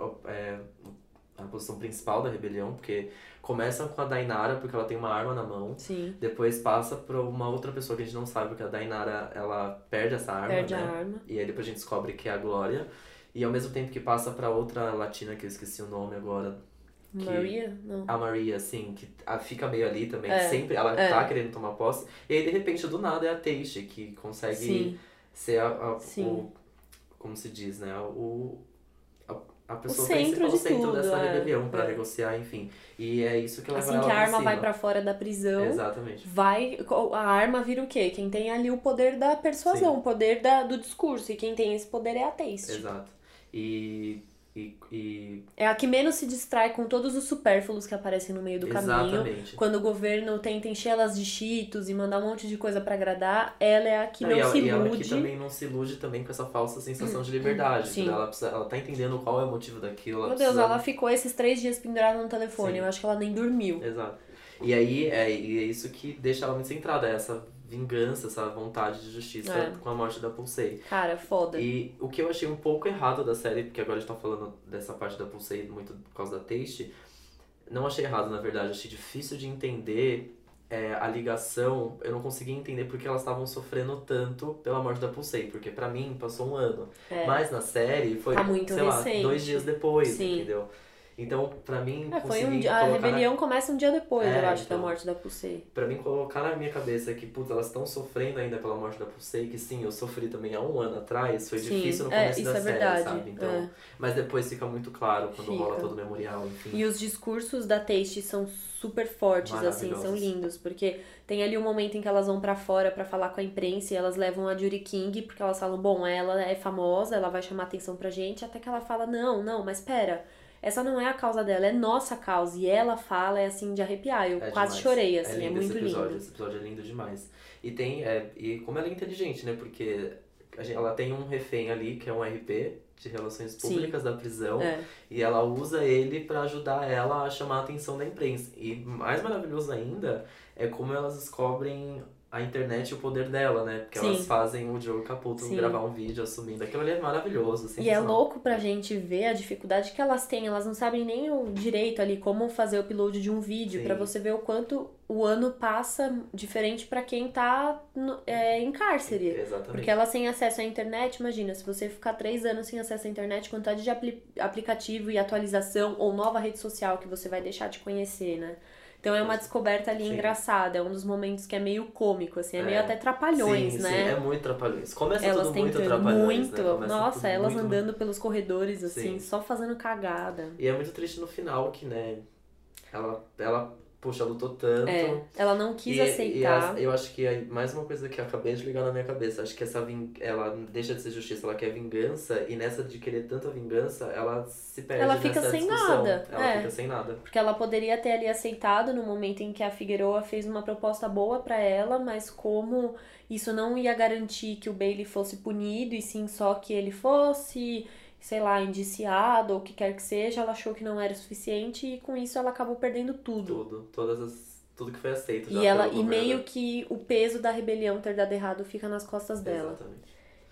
a posição principal da rebelião, porque começa com a Dainara, porque ela tem uma arma na mão. Sim. Depois passa pra uma outra pessoa que a gente não sabe, porque a Dainara, ela perde essa arma, Perde né? a arma. E aí depois a gente descobre que é a Glória. E ao mesmo tempo que passa pra outra latina, que eu esqueci o nome agora. Maria? Não. A Maria, assim, que fica meio ali também, É, sempre, ela tá querendo tomar posse. E aí, de repente, do nada, é a Taste, que consegue Sim. ser Sim. como se diz, né? A pessoa centro principal, de o centro tudo, dessa é. rebelião pra negociar, enfim. E é isso que leva Assim ela que a pra arma vai cima. pra fora da prisão, Exatamente. a arma vira o quê? Quem tem ali o poder da persuasão, Sim. o poder do discurso. E quem tem esse poder é a Taste. Exato. E É a que menos se distrai com todos os supérfluos que aparecem no meio do caminho. exatamente. Quando o governo tenta encher elas de cheetos e mandar um monte de coisa pra agradar, ela é a que não se E ela que ilude. também não se ilude também com essa falsa sensação de liberdade. Sim. Ela tá entendendo qual é o motivo daquilo. Meu Deus, ela ficou esses 3 dias pendurada no telefone. Sim. Eu acho que ela nem dormiu. Exato. E aí é isso que deixa ela muito centrada, essa vingança, essa vontade de justiça com a morte da Pulsei. Cara, foda. E o que eu achei um pouco errado da série, porque agora a gente tá falando dessa parte da Pulsei muito por causa da Taste, não achei errado, na verdade, achei difícil de entender a ligação, eu não conseguia entender porque elas estavam sofrendo tanto pela morte da Pulsei, porque pra mim passou um ano, mas na série foi, Tá muito sei lá, recente. 2 dias depois, Sim. entendeu? Então, pra mim, Foi conseguir a colocar rebelião começa um dia depois, eu acho, então. da morte da Pulsei. Pra mim, colocar na minha cabeça que, putz, elas estão sofrendo ainda pela morte da Pulsei, que sim, eu sofri também há 1 ano atrás, foi Sim, difícil no começo isso da é série, verdade, sabe? Então, mas depois fica muito claro quando Fica. rola todo o memorial, enfim. E os discursos da Taste são super fortes, assim, são Maravilhosos. lindos, porque tem ali um momento em que elas vão pra fora pra falar com a imprensa e elas levam a Judy King, porque elas falam, bom, ela é famosa, ela vai chamar atenção pra gente, até que ela fala, não, mas pera, essa não é a causa dela, é nossa causa. E ela fala, é assim, de arrepiar. Eu quase demais. chorei, assim, é lindo muito esse episódio, lindo. Esse episódio é lindo demais. E tem, e como ela é inteligente, né? Porque ela tem um refém ali, que é um RP, de Relações Sim. Públicas da prisão, É. e ela usa ele pra ajudar ela a chamar a atenção da imprensa. E mais maravilhoso ainda é como elas descobrem a internet e o poder dela, né? Porque Sim. elas fazem o Diogo Caputo Sim. gravar um vídeo assumindo. Aquilo ali é maravilhoso, E é sensacional. louco pra gente ver a dificuldade que elas têm. Elas não sabem nem o direito ali, como fazer o upload de um vídeo, Sim. pra você ver o quanto o ano passa diferente pra quem tá em cárcere. Exatamente. Porque elas têm acesso à internet, imagina, se você ficar 3 anos sem acesso à internet, quantidade de aplicativo e atualização ou nova rede social que você vai deixar de conhecer, né? Então é uma descoberta ali Sim. engraçada, é um dos momentos que é meio cômico, assim, é meio até trapalhões, sim, né? Sim, é muito trapalhões. Começa Elas tudo muito tentando trapalhões, muito, né? Começa nossa, tudo elas muito, andando pelos corredores, assim, Sim. só fazendo cagada. E é muito triste no final que, né, ela poxa, lutou tanto. Ela não quis aceitar. Eu acho que mais uma coisa que eu acabei de ligar na minha cabeça, acho que ela deixa de ser justiça, ela quer vingança, e nessa de querer tanta vingança, ela se perde Ela nessa fica sem discussão. nada, Ela fica sem nada. Porque ela poderia ter ali aceitado no momento em que a Figueroa fez uma proposta boa pra ela, mas como isso não ia garantir que o Bailey fosse punido, e sim só que ele fosse, sei lá, indiciado ou o que quer que seja, ela achou que não era o suficiente e com isso ela acabou perdendo tudo. Tudo que foi aceito já E ela pelo e governo. meio que o peso da rebelião ter dado errado fica nas costas dela. Exatamente.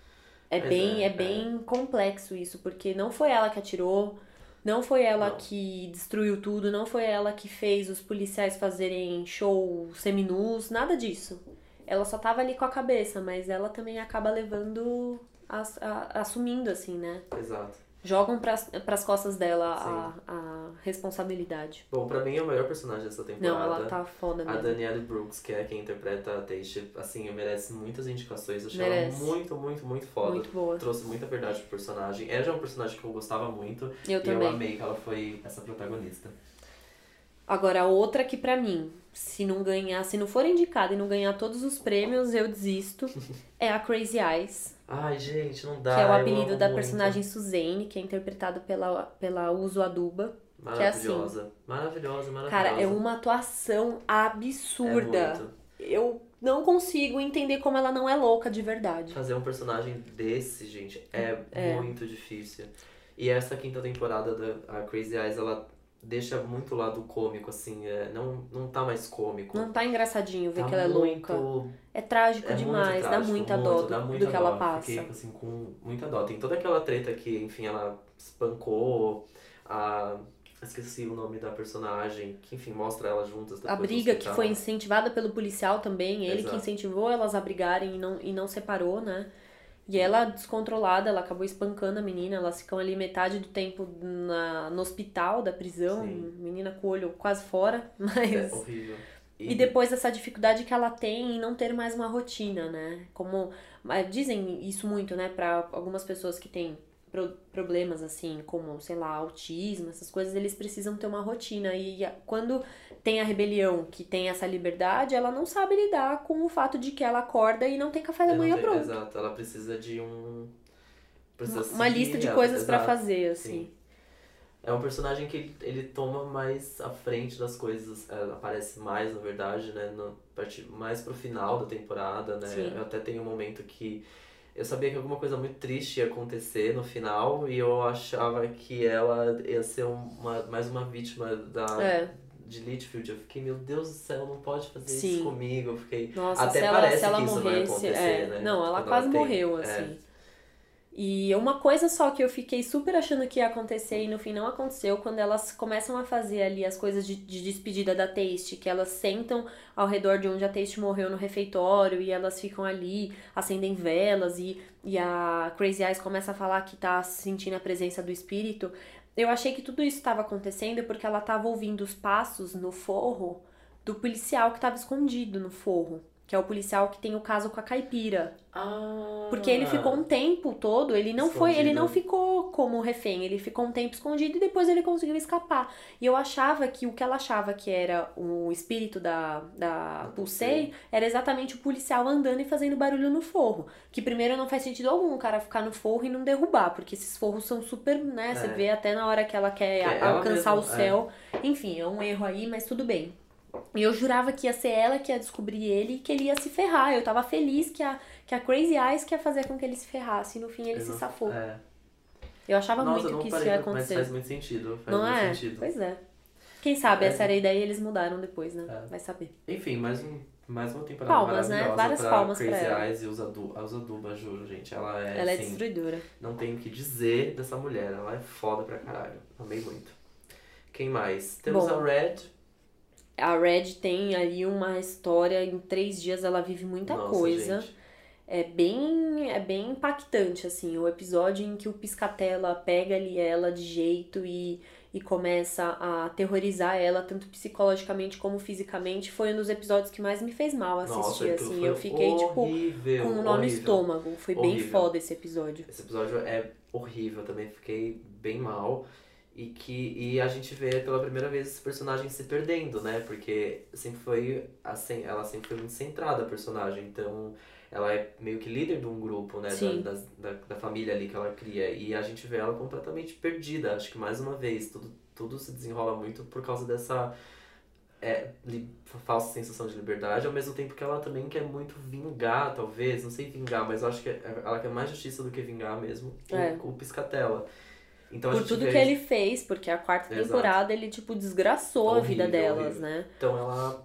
É bem complexo isso, porque não foi ela que atirou, não foi ela Não. que destruiu tudo, não foi ela que fez os policiais fazerem show seminus, nada disso. Ela só tava ali com a cabeça, mas ela também acaba levando, assumindo, assim, né? Exato. Jogam pras costas dela a responsabilidade. Bom, pra mim é o melhor personagem dessa temporada. Não, ela tá foda A mesmo. Danielle Brooks, que é quem interpreta a Teixe, assim, merece muitas indicações. Eu achei Merece. ela muito, muito, muito foda. Muito boa. Trouxe muita verdade pro personagem. Ela já é um personagem que eu gostava muito. Eu e também. eu amei que ela foi essa protagonista. Agora, a outra que pra mim, se não for indicada e não ganhar todos os prêmios, eu desisto, é a Crazy Eyes. Ai, gente, não dá. Que é o eu apelido amo da muito. personagem Suzane, que é interpretado pela Uso Aduba. Que é assim. Maravilhosa. Maravilhosa, maravilhosa. Cara, é uma atuação absurda. É muito. Eu não consigo entender como ela não é louca de verdade. Fazer um personagem desse, gente, é muito difícil. E essa quinta temporada da Crazy Eyes, ela deixa muito o lado cômico, assim, não tá mais cômico. Não tá engraçadinho ver Tá que ela é muito- louca. É trágico muito demais, trágico, dá muita dó dá do muita que ela dó. passa. Fiquei, assim, com muita dó. Tem toda aquela treta que, enfim, ela espancou esqueci o nome da personagem, que, enfim, mostra elas juntas depois A do briga que hospital. foi incentivada pelo policial também, ele que Exato. incentivou elas a brigarem e não separou, né? E ela, descontrolada, ela acabou espancando a menina, elas ficam ali metade do tempo no hospital da prisão, Sim. menina com o olho quase fora, mas... É horrível. E depois essa dificuldade que ela tem em não ter mais uma rotina, né? Como dizem isso muito, né, pra algumas pessoas que têm problemas assim, como, sei lá, autismo, essas coisas, eles precisam ter uma rotina. E quando tem a rebelião, que tem essa liberdade, ela não sabe lidar com o fato de que ela acorda e não tem café da manhã pronto. Exato, ela precisa de precisa Uma seguir lista de ela, coisas pra exato, fazer, assim. sim. É um personagem que ele toma mais à frente das coisas, aparece mais, na verdade, né, mais pro final da temporada, né, Sim. eu até tenho um momento que eu sabia que alguma coisa muito triste ia acontecer no final e eu achava que ela ia ser mais uma vítima de Litchfield. Eu fiquei, meu Deus do céu, não pode fazer Sim. isso comigo. Eu fiquei, Nossa, até se ela parece que isso vai morresse, acontecer, né? Não, ela Quando quase tem- morreu, assim. E uma coisa só que eu fiquei super achando que ia acontecer e no fim não aconteceu, quando elas começam a fazer ali as coisas de despedida da Taste, que elas sentam ao redor de onde a Taste morreu no refeitório e elas ficam ali, acendem velas e a Crazy Eyes começa a falar que tá sentindo a presença do espírito. Eu achei que tudo isso estava acontecendo porque ela tava ouvindo os passos no forro do policial que tava escondido no forro. Que é o policial que tem o caso com a caipira. Porque ele ficou um tempo todo, ele não ficou como refém, ele ficou um tempo escondido e depois ele conseguiu escapar. E eu achava que o que ela achava que era o espírito da Pulsei era exatamente o policial andando e fazendo barulho no forro. Que primeiro não faz sentido algum o cara ficar no forro e não derrubar, porque esses forros são super, né, você vê até na hora que ela quer ela alcançar mesma, o céu. Enfim, é um erro aí, mas tudo bem. E eu jurava que ia ser ela que ia descobrir ele e que ele ia se ferrar. Eu tava feliz que a Crazy Eyes que ia fazer com que ele se ferrasse. E no fim ele se safou. É. Eu achava Nossa, muito eu não que isso parei ia pra- Mas acontecer. faz muito sentido. Faz Não muito é? sentido. Pois é. Quem sabe É. essa era a ideia e eles mudaram depois, né? É. Vai saber. Enfim, mais uma temporada Palmas, né? maravilhosa Várias pra palmas pra Crazy ela. Eyes e a Usaduba, juro, gente. Ela é, Ela é assim, destruidora. não tem o que dizer dessa mulher. Ela é foda pra caralho. Amei muito. Quem mais? Temos Bom. a Red. A Red tem ali uma história, em 3 dias ela vive muita Nossa, coisa. gente. É bem impactante, assim, o episódio em que o Piscatella pega ali ela de jeito e começa a aterrorizar ela, tanto psicologicamente como fisicamente, foi um dos episódios que mais me fez mal assistir, Nossa, aquilo assim. foi Eu fiquei, tipo, horrível, com um nó no horrível. estômago. Foi bem Horrível. foda esse episódio. Esse episódio é horrível, eu também fiquei bem mal. E a gente vê pela primeira vez esse personagem se perdendo, né? Porque sempre foi assim, ela sempre foi muito centrada a personagem, então ela é meio que líder de um grupo, né? Sim. Da família ali que ela cria. E a gente vê ela completamente perdida. Acho que mais uma vez, tudo se desenrola muito por causa dessa falsa sensação de liberdade, ao mesmo tempo que ela também quer muito vingar, talvez, não sei vingar, mas eu acho que ela quer mais justiça do que vingar mesmo o Piscatella. Então, a Por gente tudo vê- que ele fez, porque a quarta Exato. temporada ele, tipo, desgraçou a vida Horrível, delas, horrível. né? Então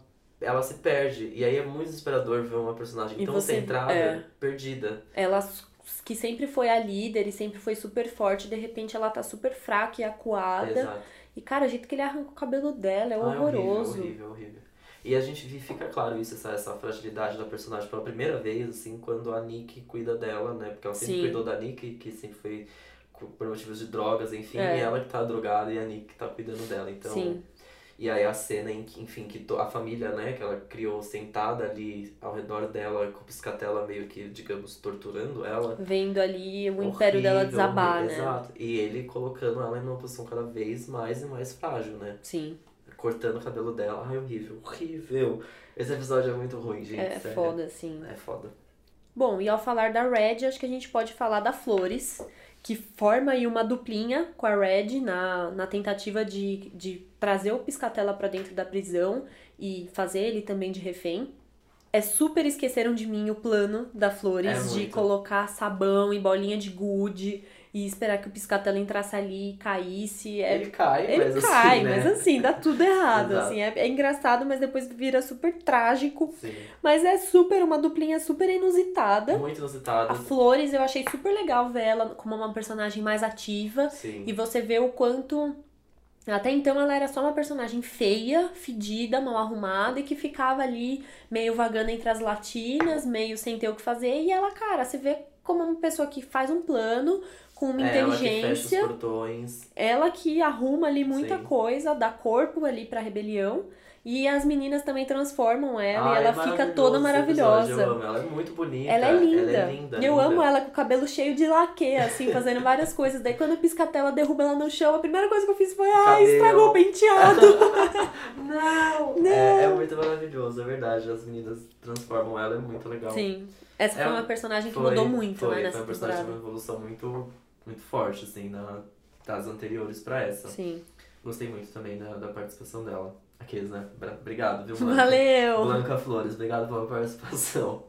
ela se perde. E aí é muito desesperador ver uma personagem E tão você- centrada, perdida. Ela que sempre foi a líder e sempre foi super forte, de repente ela tá super fraca e acuada. Exato. E, cara, o jeito que ele arranca o cabelo dela é Ah, horroroso. horrível. E a gente fica claro isso, essa fragilidade da personagem pela primeira vez, assim, quando a Nick cuida dela, né? Porque ela sempre Sim. cuidou da Nick, que sempre foi por motivos de drogas, enfim, É. e ela que tá drogada e a Nick que tá cuidando dela. Então, Sim. E aí a cena em que, enfim, que a família, né, que ela criou sentada ali ao redor dela, com o Piscatella meio que, digamos, torturando ela. Vendo ali o império dela Horrível, desabar, horrível, né? Exato. E ele colocando ela em uma posição cada vez mais e mais frágil, né? Sim. Cortando o cabelo dela. Ai, horrível. Esse episódio é muito ruim, gente. É sério. foda, assim. É foda. Bom, e ao falar da Red, acho que a gente pode falar da Flores, que forma aí uma duplinha com a Red na tentativa de trazer o Piscatella pra dentro da prisão e fazer ele também de refém. É super esqueceram de mim o plano da Flores É de muito. colocar sabão e bolinha de gude e esperar que o Piscatella entrasse ali e caísse. Ele cai, Ele mas cai, assim, né? mas assim, dá tudo errado. Exato. Assim, é engraçado, mas depois vira super trágico. Sim. Mas é uma duplinha super inusitada. Muito inusitado. A Flores, eu achei super legal ver ela como uma personagem mais ativa. Sim. E você vê o quanto... Até então ela era só uma personagem feia, fedida, mal arrumada e que ficava ali meio vagando entre as latinas, meio sem ter o que fazer. E ela, cara, você vê como uma pessoa que faz um plano, com uma Ela que fecha inteligência. os portões. Ela que arruma ali muita Sim. coisa, dá corpo ali pra rebelião. E as meninas também transformam ela Ai, e ela é fica toda maravilhoso esse episódio, maravilhosa. eu amo. Ela é muito bonita. Ela é linda. Ela é linda. E eu linda. amo ela com o cabelo cheio de laque, assim, fazendo várias coisas. Daí quando o Piscatella derruba ela no chão, a primeira coisa que eu fiz foi, ai, Cabelo. estragou o penteado. Não! Não. É muito maravilhoso, é verdade. As meninas transformam ela, é muito legal. Sim. Essa É, foi uma personagem que mudou muito, né, Foi nessa uma personagem com temporada. uma evolução muito forte, assim, das anteriores pra essa. Sim. Gostei muito também da participação dela. Aqueles, né? Obrigado, viu, Blanca? Valeu! Blanca Flores, obrigado pela participação.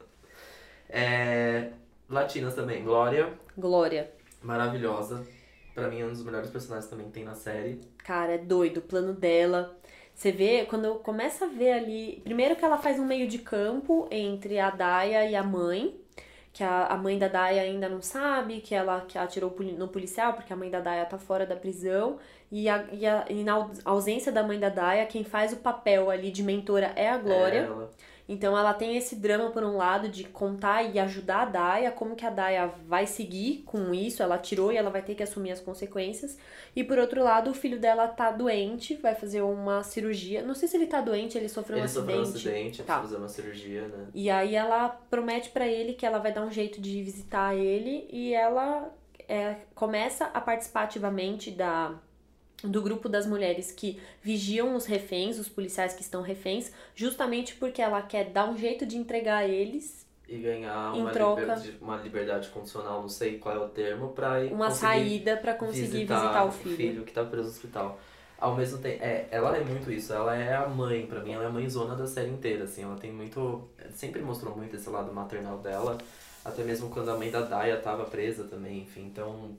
Latinas também. Glória, Glória. maravilhosa. Pra mim é um dos melhores personagens também que tem na série. Cara, é doido o plano dela. Você vê, quando começa a ver ali... Primeiro que ela faz um meio de campo entre a Daya e a mãe. Que a mãe da Daya ainda não sabe, que ela atirou no policial, porque a mãe da Daya tá fora da prisão. E na ausência da mãe da Daya, quem faz o papel ali de mentora é a Glória. Ela. Então ela tem esse drama, por um lado, de contar e ajudar a Daya, como que a Daya vai seguir com isso, ela atirou e ela vai ter que assumir as consequências. E por outro lado, o filho dela tá doente, vai fazer uma cirurgia. Não sei se ele tá doente, ele sofreu um Ele acidente. sofreu um acidente, Tá. precisa fazer uma cirurgia, né? E aí ela promete pra ele que ela vai dar um jeito de visitar ele e ela começa a participar ativamente do grupo das mulheres que vigiam os reféns, os policiais que estão reféns, justamente porque ela quer dar um jeito de entregar eles, E ganhar Em uma, troca. uma liberdade condicional, não sei qual é o termo, pra ir uma conseguir saída pra conseguir visitar o filho. que tá preso no hospital. Ao mesmo tempo, ela é muito isso, ela é a mãe, pra mim, ela é a mãezona da série inteira, assim, ela tem muito, sempre mostrou muito esse lado maternal dela, até mesmo quando a mãe da Daya tava presa também, enfim, então,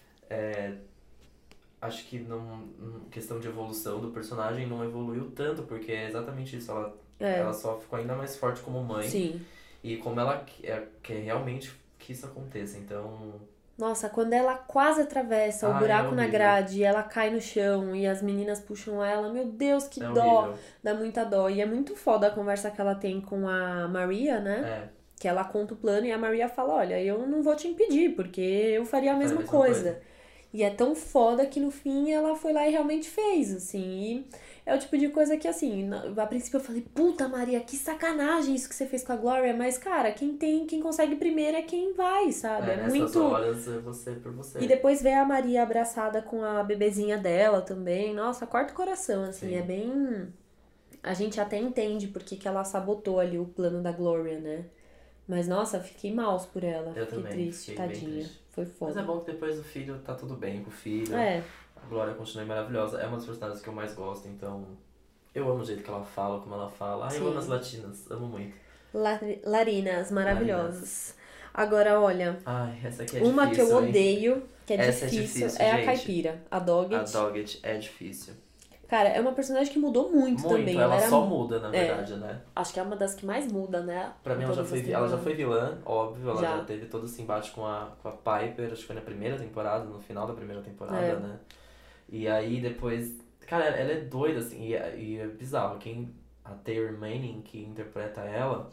acho que questão de evolução do personagem não evoluiu tanto, porque é exatamente isso, ela só ficou ainda mais forte como mãe, Sim. e como ela quer realmente que isso aconteça, então... Nossa, quando ela quase atravessa o É buraco na horrível. grade e ela cai no chão e as meninas puxam ela, meu Deus, que É dó. horrível. Dá muita dó. E é muito foda a conversa que ela tem com a Maria, né? Que ela conta o plano e a Maria fala, olha, eu não vou te impedir, porque eu faria a mesma coisa. E é tão foda que no fim ela foi lá e realmente fez, assim. E é o tipo de coisa que, assim, a princípio eu falei, puta Maria, que sacanagem isso que você fez com a Gloria. Mas, cara, quem consegue primeiro é quem vai, sabe? É nessas muito... horas é você por você. E depois ver a Maria abraçada com a bebezinha dela também. Nossa, corta o coração, assim. Sim. É bem... A gente até entende por que ela sabotou ali o plano da Gloria, né? Mas, nossa, fiquei mal por ela. Eu fiquei também, triste, fiquei bem tadinha. triste. Foi foda. Mas é bom que depois do filho tá tudo bem com o filho. É. A Glória continua maravilhosa. É uma das personagens que eu mais gosto, então... Eu amo o jeito que ela fala, como ela fala. Ai, eu amo as latinas, amo muito. Larinas, maravilhosas. Agora, olha... Ai, essa aqui é uma difícil, que eu hein? odeio, que é Essa difícil, é é a gente. Caipira. A Doggett. A Doggett é difícil. Cara, é uma personagem que mudou muito também. Ela era... só muda, na verdade, né? Acho que é uma das que mais muda, né? Pra mim, ela já foi vilã, óbvio. Ela já teve todo esse embate com a Piper, acho que foi na primeira temporada, no final da primeira temporada, né? E aí, depois... Cara, ela é doida, assim, e é bizarro. A Taylor Manning, que interpreta ela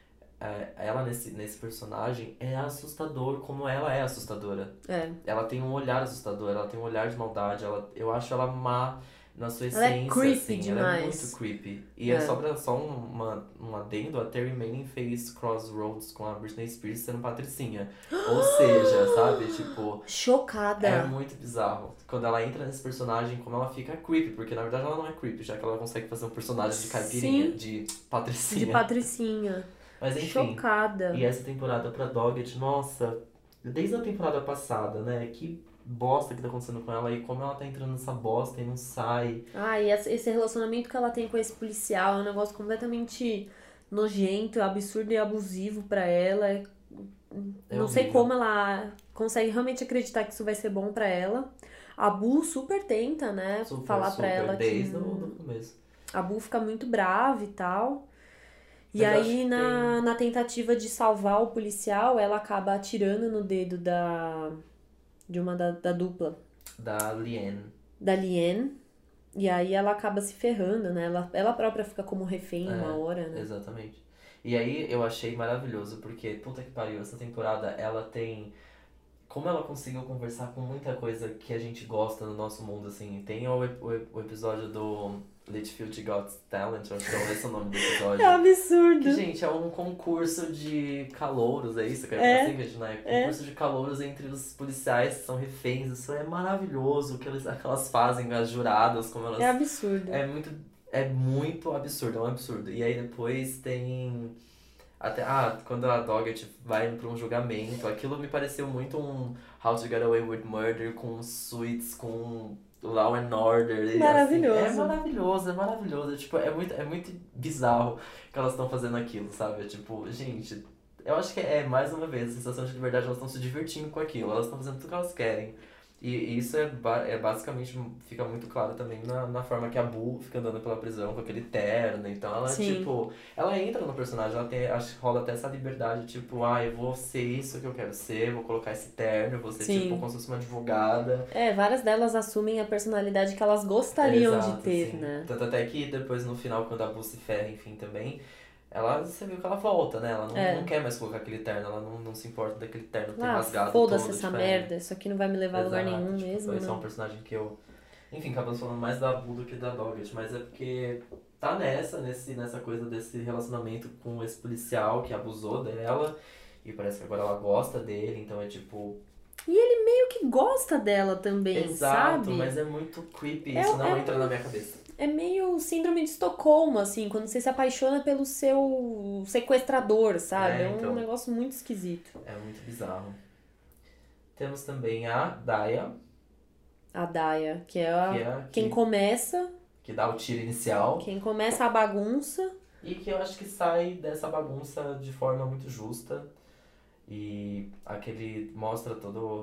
nesse personagem é assustador, como ela é assustadora. Ela tem um olhar assustador, ela tem um olhar de maldade, eu acho ela má na sua essência, ela é creepy assim, demais. ela é muito creepy. E só um adendo, a Terry Manning fez Crossroads com a Britney Spears sendo patricinha. Ou seja, sabe, tipo... Chocada. É muito bizarro. Quando ela entra nesse personagem, como ela fica creepy, porque na verdade ela não é creepy, já que ela consegue fazer um personagem de caipirinha, de patricinha. De patricinha. Mas enfim, chocada. E essa temporada pra Doggett, nossa, desde a temporada passada, né, que bosta que tá acontecendo com ela e como ela tá entrando nessa bosta e não sai. E esse relacionamento que ela tem com esse policial é um negócio completamente nojento, absurdo e abusivo pra ela. Não sei como ela consegue realmente acreditar que isso vai ser bom pra ela. A Bu super tenta, né, falar pra ela desde o começo. A Bu fica muito brava e tal. E Mas aí, na tentativa de salvar o policial, ela acaba atirando no dedo de uma da dupla. Da Liane. Da Liane. E aí ela acaba se ferrando, né? Ela própria fica como refém uma hora, né? Exatamente. E aí eu achei maravilhoso, porque, puta que pariu, essa temporada ela tem... Como ela conseguiu conversar com muita coisa que a gente gosta no nosso mundo, assim. Tem o episódio do Litchfield Got Talent, acho que é esse o nome do episódio. É absurdo. Que, gente, é um concurso de calouros, é isso? Assim que a gente, né? Concurso de calouros entre os policiais que são reféns. Isso é maravilhoso, o que elas fazem, as juradas, como elas... É absurdo. É muito absurdo, é um absurdo. E aí depois tem... quando a Doggett vai pra um julgamento, aquilo me pareceu muito um How to Get Away with Murder com Suits, com Law and Order. Maravilhoso. Assim, é maravilhoso. Tipo, é muito bizarro que elas estão fazendo aquilo, sabe? Tipo, gente, eu acho que é mais uma vez a sensação de liberdade, elas estão se divertindo com aquilo, elas estão fazendo tudo que elas querem. E isso basicamente, fica muito claro também na forma que a Bu fica andando pela prisão com aquele terno. Então ela, tipo, ela entra no personagem, acho que rola até essa liberdade, tipo, eu vou ser isso que eu quero ser, vou colocar esse terno, vou ser, tipo, como se fosse uma advogada. Várias delas assumem a personalidade que elas gostariam de ter, sim. né? Tanto até que depois, no final, quando a Bu se ferra, enfim, também... Você viu que ela volta, né? Ela não quer mais colocar aquele terno, ela não se importa daquele terno ter rasgado todo. Foda-se essa merda, isso aqui não vai me levar a lugar nenhum mesmo, Esse é um personagem que eu... Enfim, acabamos falando mais da Bu do que da Doggett, mas é porque tá nessa coisa desse relacionamento com esse policial que abusou dela, e parece que agora ela gosta dele, então é tipo... E ele meio que gosta dela também, Exato, sabe? mas é muito creepy, isso não entra na minha cabeça. É meio síndrome de Estocolmo, assim, quando você se apaixona pelo seu sequestrador, sabe? É um negócio muito esquisito. É muito bizarro. Temos também a Daya. A Daya, que é que começa... Que dá o tiro inicial. Quem começa a bagunça. E que eu acho que sai dessa bagunça de forma muito justa. E aquele mostra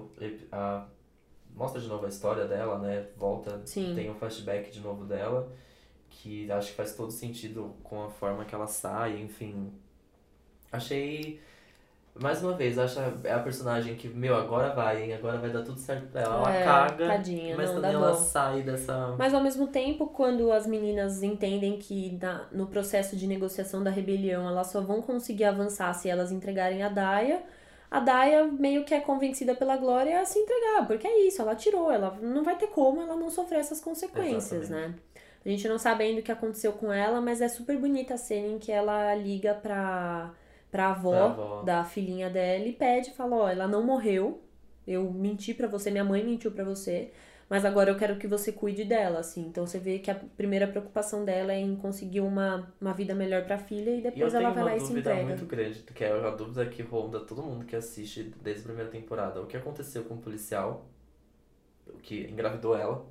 mostra de novo a história dela, né? Volta, Sim. tem um flashback de novo dela. Que acho que faz todo sentido com a forma que ela sai, enfim. Achei... Mais uma vez, acho é a personagem que, agora vai, hein? Agora vai dar tudo certo pra ela. Ela caga, tadinha, mas não, também dá ela dó. sai dessa... Mas ao mesmo tempo, quando as meninas entendem que no processo de negociação da rebelião elas só vão conseguir avançar se elas entregarem a Daya meio que é convencida pela Glória a se entregar, porque é isso, ela atirou, ela não vai ter como ela não sofrer essas consequências, Exatamente. né? A gente não sabe ainda o que aconteceu com ela, mas é super bonita a cena em que ela liga pra avó da filhinha dela e pede, fala, ó, ela não morreu, eu menti pra você, minha mãe mentiu pra você, mas agora eu quero que você cuide dela, assim. Então você vê que a primeira preocupação dela é em conseguir uma vida melhor pra filha e depois ela vai lá e se E eu tenho uma entrega. dúvida muito grande, que é a dúvida que ronda todo mundo que assiste desde a primeira temporada. O que aconteceu com o policial que engravidou ela?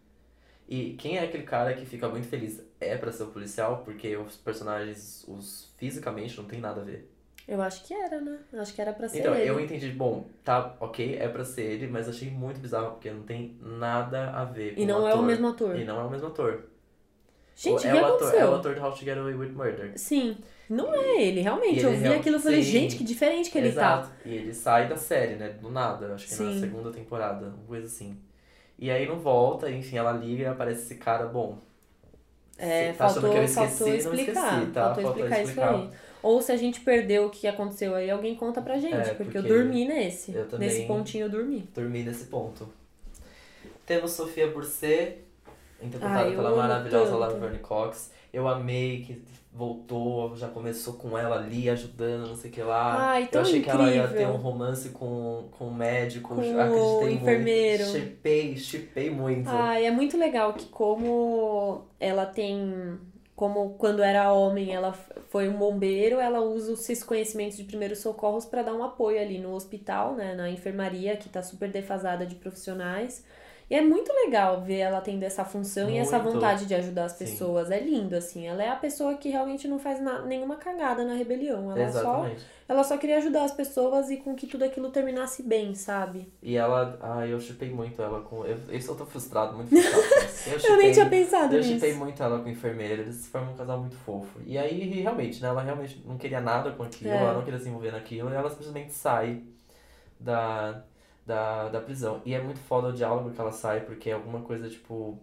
E quem é aquele cara que fica muito feliz? É pra ser o policial? Porque os personagens, fisicamente, não tem nada a ver. Eu acho que era, né? Eu acho que era pra ser Então, ele. eu entendi, bom, tá, ok, é pra ser ele, mas achei muito bizarro, porque não tem nada a ver com E não o é ator. o mesmo ator. E não é o mesmo ator. Gente, o é que o aconteceu? É o ator de How to Get Away with Murder. Sim, não é ele, realmente. E Eu ele vi aquilo e falei, sim, gente, que diferente que ele exato. tá. E ele sai da série, né, do nada, acho que na Sim. segunda temporada, uma coisa assim. E aí não volta, enfim, ela liga e aparece esse cara, bom... É, tá achando que eu esqueci, faltou não explicar. esqueci, tá? Faltou explicar isso aí. Ou se a gente perdeu o que aconteceu aí, alguém conta pra gente. Porque eu dormi nesse. eu também Nesse pontinho eu dormi. Dormi nesse ponto. Temos Sofia Bourset, interpretada eu pela amo maravilhosa tanto. Laverne Cox. Eu amei que voltou, já começou com ela ali, ajudando, não sei o que lá. Ai, eu tão achei que ela ia incrível. ter um romance com o médico, Com acreditei o enfermeiro. muito. Shippei muito. Ai, é muito legal que como ela tem... Como quando era homem ela foi um bombeiro, ela usa esses conhecimentos de primeiros socorros pra dar um apoio ali no hospital, né? Na enfermaria, que tá super defasada de profissionais. E é muito legal ver ela tendo essa função e essa Muito. vontade de ajudar as Sim. pessoas. É lindo, assim. Ela é a pessoa que realmente não faz nenhuma cagada na rebelião. Exatamente. Ela só queria ajudar as pessoas e com que tudo aquilo terminasse bem, sabe? E ela, eu shippei muito ela com... Eu só tô frustrado, muito frustrado. Eu nem tinha pensado Eu nisso. shippei muito ela com o enfermeiro, eles formam um casal muito fofo. E aí, realmente, né, ela realmente não queria nada com aquilo, ela não queria se envolver naquilo, e ela simplesmente sai da prisão. E é muito foda o diálogo que ela sai, porque é alguma coisa, tipo...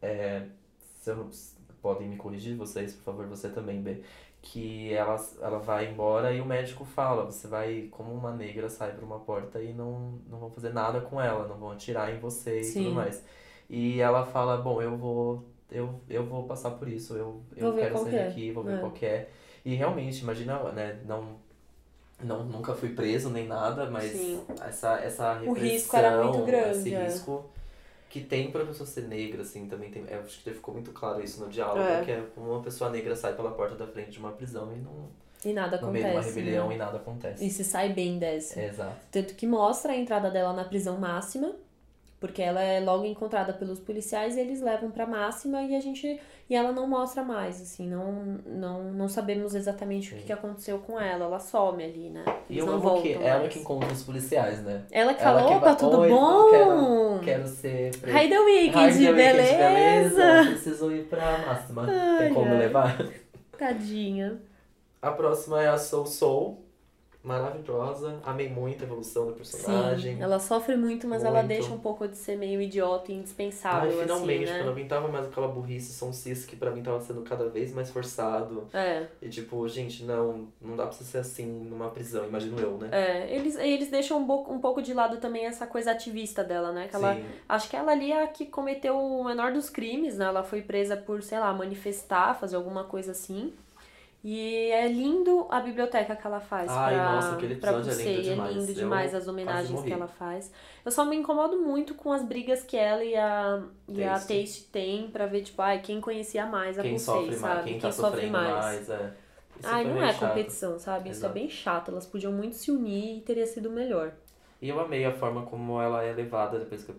podem me corrigir, vocês, por favor, você também, B. Que ela vai embora e o médico fala, você vai, como uma negra, sai por uma porta e não vão fazer nada com ela, não vão atirar em você e tudo mais. E ela fala, bom, eu vou passar por isso, eu quero sair daqui, vou ver qual que é. E realmente, imagina, né, nunca fui preso nem nada, mas essa repressão, o risco era muito grande. esse risco que tem pra pessoa ser negra, assim, também tem... Eu acho que ficou muito claro isso no diálogo, que é como uma pessoa negra sai pela porta da frente de uma prisão e nada no acontece. meio de uma rebelião, né? e nada acontece. E se sai bem dessa. Exato. Tanto que mostra a entrada dela na prisão máxima, porque ela é logo encontrada pelos policiais e eles levam pra máxima e ela não mostra mais, assim, não sabemos exatamente o que aconteceu com ela. Ela some ali, né? E Eles eu não amo voltam que mais. ela que encontra os policiais, né? Ela que fala, opa, tudo "Oi, bom? Quero ser... Hi the Weekend, beleza? Preciso ir pra máxima. Ai, Tem como ai. levar? Tadinha. A próxima é a Soul. Maravilhosa. Amei muito a evolução da personagem. Sim, ela sofre muito, mas ela Muito. deixa um pouco de ser meio idiota e indispensável, Ai, finalmente, assim, né? eu não aguentava mais aquela burrice Son Cis que pra mim tava sendo cada vez mais forçado. É. E tipo, gente, não dá pra você ser assim numa prisão, imagino eu, né? Eles deixam um pouco de lado também essa coisa ativista dela, né? Que ela, Sim. acho que ela ali é a que cometeu o menor dos crimes, né? Ela foi presa por, sei lá, manifestar, fazer alguma coisa assim. E é lindo a biblioteca que ela faz Nossa, aquele pra episódio Pusei. é lindo demais. É lindo demais Eu as homenagens quase que morri. ela faz. Eu só me incomodo muito com as brigas que ela e a Taste têm pra ver, tipo, quem conhecia mais a Quem Pusei, sofre mais, sabe? quem tá sofre sofrendo mais, Isso foi não meio é chato. competição, sabe? Isso é Exato. bem chato. Elas podiam muito se unir e teria sido melhor. E eu amei a forma como ela é levada depois que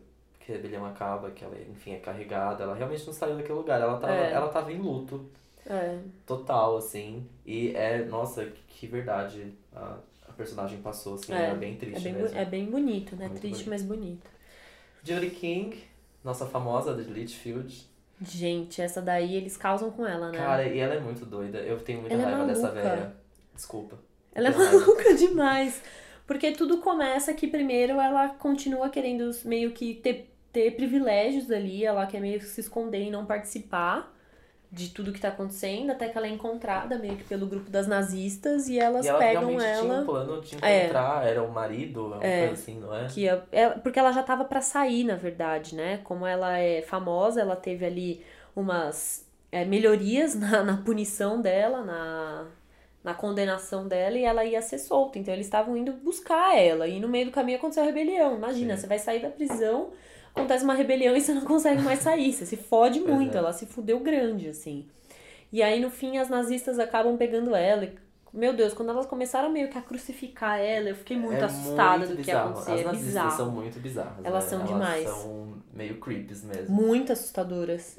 que a rebelião acaba, que ela, enfim, é carregada. Ela realmente não saiu daquele lugar. Ela tava em luto total, assim. E nossa, que verdade a personagem passou, assim. Era bem triste mesmo. É bem bonito, né? Muito Triste, bonito. mas bonito. Judy King, nossa famosa de Litchfield. Gente, essa daí eles causam com ela, né? Cara, e ela é muito doida. Eu tenho muita Ela é raiva dessa maluca. velha. Desculpa. Ela é Tenho raiva. maluca demais. Porque tudo começa que primeiro ela continua querendo meio que ter privilégios ali, ela quer meio que se esconder e não participar de tudo que tá acontecendo, até que ela é encontrada meio que pelo grupo das nazistas e elas E ela pegam realmente tinha um ela. plano de encontrar, era o marido, uma coisa assim, não é? Porque ela já tava pra sair, na verdade, né? Como ela é famosa, ela teve ali umas melhorias na punição dela, na condenação dela, e ela ia ser solta. Então eles estavam indo buscar ela. E no meio do caminho aconteceu a rebelião. Imagina, Sim. você vai sair da prisão, acontece uma rebelião e você não consegue mais sair. Você se fode Pois muito. é. Ela se fudeu grande, assim. E aí, no fim, as nazistas acabam pegando ela. E, meu Deus, quando elas começaram meio que a crucificar ela, eu fiquei muito assustada do que ia bizarro. acontecer. As É nazistas bizarro. são muito bizarras. Elas né? são demais. Elas são meio creeps mesmo. Muito assustadoras.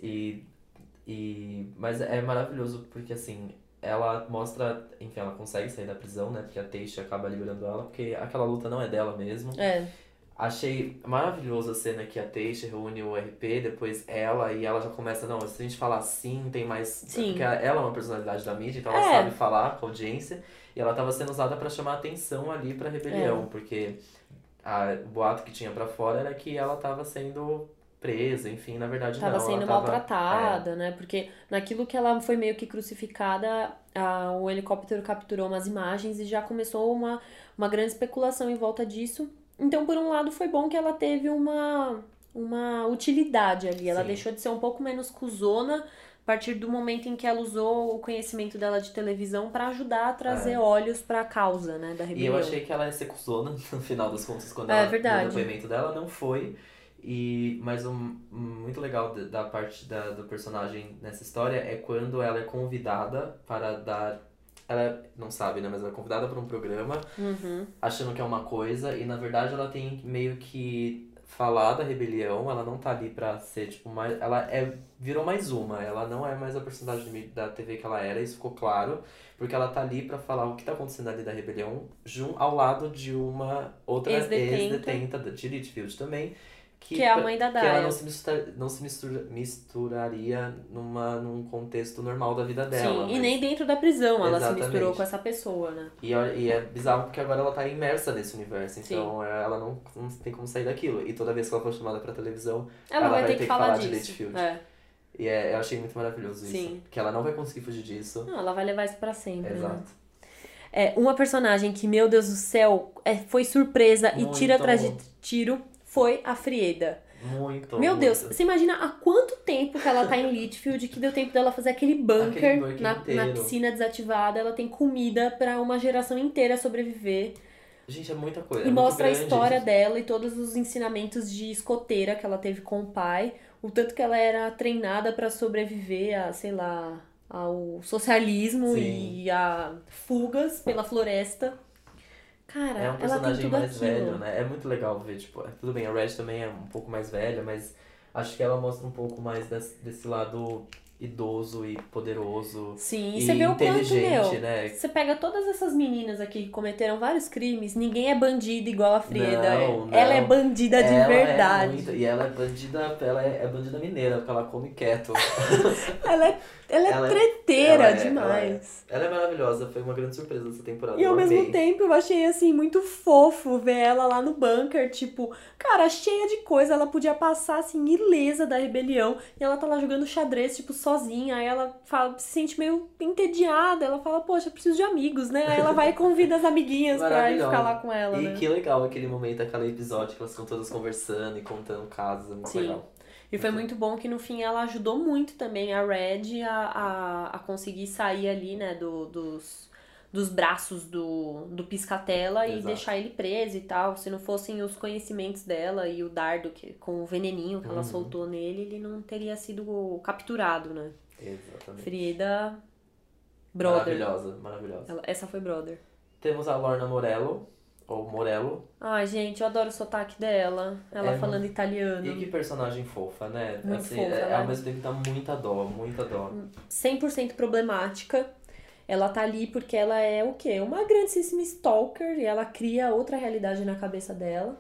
Mas é maravilhoso porque, assim, ela mostra... Enfim, ela consegue sair da prisão, né? Porque a Teixe acaba liberando ela, porque aquela luta não é dela mesmo. Achei maravilhoso a cena que a Teixe reúne o RP, depois ela, e ela já começa, não, se a gente falar assim, tem mais... Sim. Porque ela é uma personalidade da mídia, então ela sabe falar com a audiência, e ela tava sendo usada pra chamar atenção ali pra rebelião, porque o boato que tinha pra fora era que ela tava sendo presa, enfim, na verdade Tava não. sendo ela tava, maltratada, né? Porque naquilo que ela foi meio que crucificada, o helicóptero capturou umas imagens e já começou uma grande especulação em volta disso. Então, por um lado, foi bom que ela teve uma utilidade ali. Ela Sim. deixou de ser um pouco menos cuzona a partir do momento em que ela usou o conhecimento dela de televisão pra ajudar a trazer olhos pra causa, né, da E rebelião. eu achei que ela ia ser cuzona, no final das contas, quando verdade. no depoimento dela, não foi. Mas muito legal da parte do personagem nessa história é quando ela é convidada para dar... Ela não sabe, né? Mas ela é convidada para um programa, achando que é uma coisa, e na verdade ela tem meio que falar da rebelião, ela não tá ali pra ser, tipo, mais... Ela virou mais uma, ela não é mais a personagem da TV que ela era, isso ficou claro, porque ela tá ali pra falar o que tá acontecendo ali da rebelião, ao lado de uma outra ex-detenta de Litchfield também, que é a mãe da que ela Daya. não se misturaria num contexto normal da vida dela. Sim, e nem dentro da prisão ela se Exatamente. misturou com essa pessoa, né? E é bizarro porque agora ela tá imersa nesse universo, Sim. então ela não tem como sair daquilo. E toda vez que ela for chamada pra televisão, Ela vai ter que falar de disso. Litchfield. E eu achei muito maravilhoso isso. Sim. Que ela não vai conseguir fugir disso. Não, ela vai levar isso pra sempre, né? Exato. Uma personagem que, meu Deus do céu, foi surpresa e tiro atrás de tiro foi a Frieda. Muito. Meu Deus, você imagina há quanto tempo que ela tá em Litchfield que deu tempo dela fazer aquele bunker na piscina desativada. Ela tem comida pra uma geração inteira sobreviver. Gente, é muita coisa. E mostra muito a grande. história dela e todos os ensinamentos de escoteira que ela teve com o pai. O tanto que ela era treinada pra sobreviver a, sei lá, ao socialismo Sim. e a fugas pela floresta. Cara, É um ela tem personagem tudo mais aquilo. velho, né? É muito legal ver, tipo, tudo bem, a Red também é um pouco mais velha, mas acho que ela mostra um pouco mais desse lado idoso e poderoso. Sim, e você vê o quanto, inteligente, meu, né? você pega todas essas meninas aqui que cometeram vários crimes, ninguém é bandida igual a Frieda. Não, Ela é não. bandida de Ela verdade. E ela é bandida mineira, porque ela come quieto. Ela é treteira demais. Ela é maravilhosa, foi uma grande surpresa dessa temporada. E ao eu mesmo amei. tempo eu achei, assim, muito fofo ver ela lá no bunker, tipo, cara, cheia de coisa, ela podia passar, assim, ilesa da rebelião, e ela tá lá jogando xadrez, tipo, sozinha, aí ela se sente meio entediada, ela fala, poxa, eu preciso de amigos, né? Aí ela vai e convida as amiguinhas pra ir ficar lá com ela, E né? que legal aquele momento, aquele episódio que elas estão todas conversando e contando casos, é muito Sim. legal. E foi muito bom que no fim ela ajudou muito também a Red a conseguir sair ali, né, dos braços do Piscatella e Exato. deixar ele preso e tal. Se não fossem os conhecimentos dela e o dardo com o veneninho que ela soltou nele, ele não teria sido capturado, né? Exatamente. Frieda, brother. Maravilhosa. Essa foi brother. Temos a Lorna Morello, ou Morello. Ai, gente, eu adoro o sotaque dela. Ela É falando italiano. E que personagem fofa, né? Muito Assim, fofa, né? ao mesmo tempo dá muita dó, muita dó. 100% problemática. Ela tá ali porque ela é o quê? Uma grandíssima stalker e ela cria outra realidade na cabeça dela.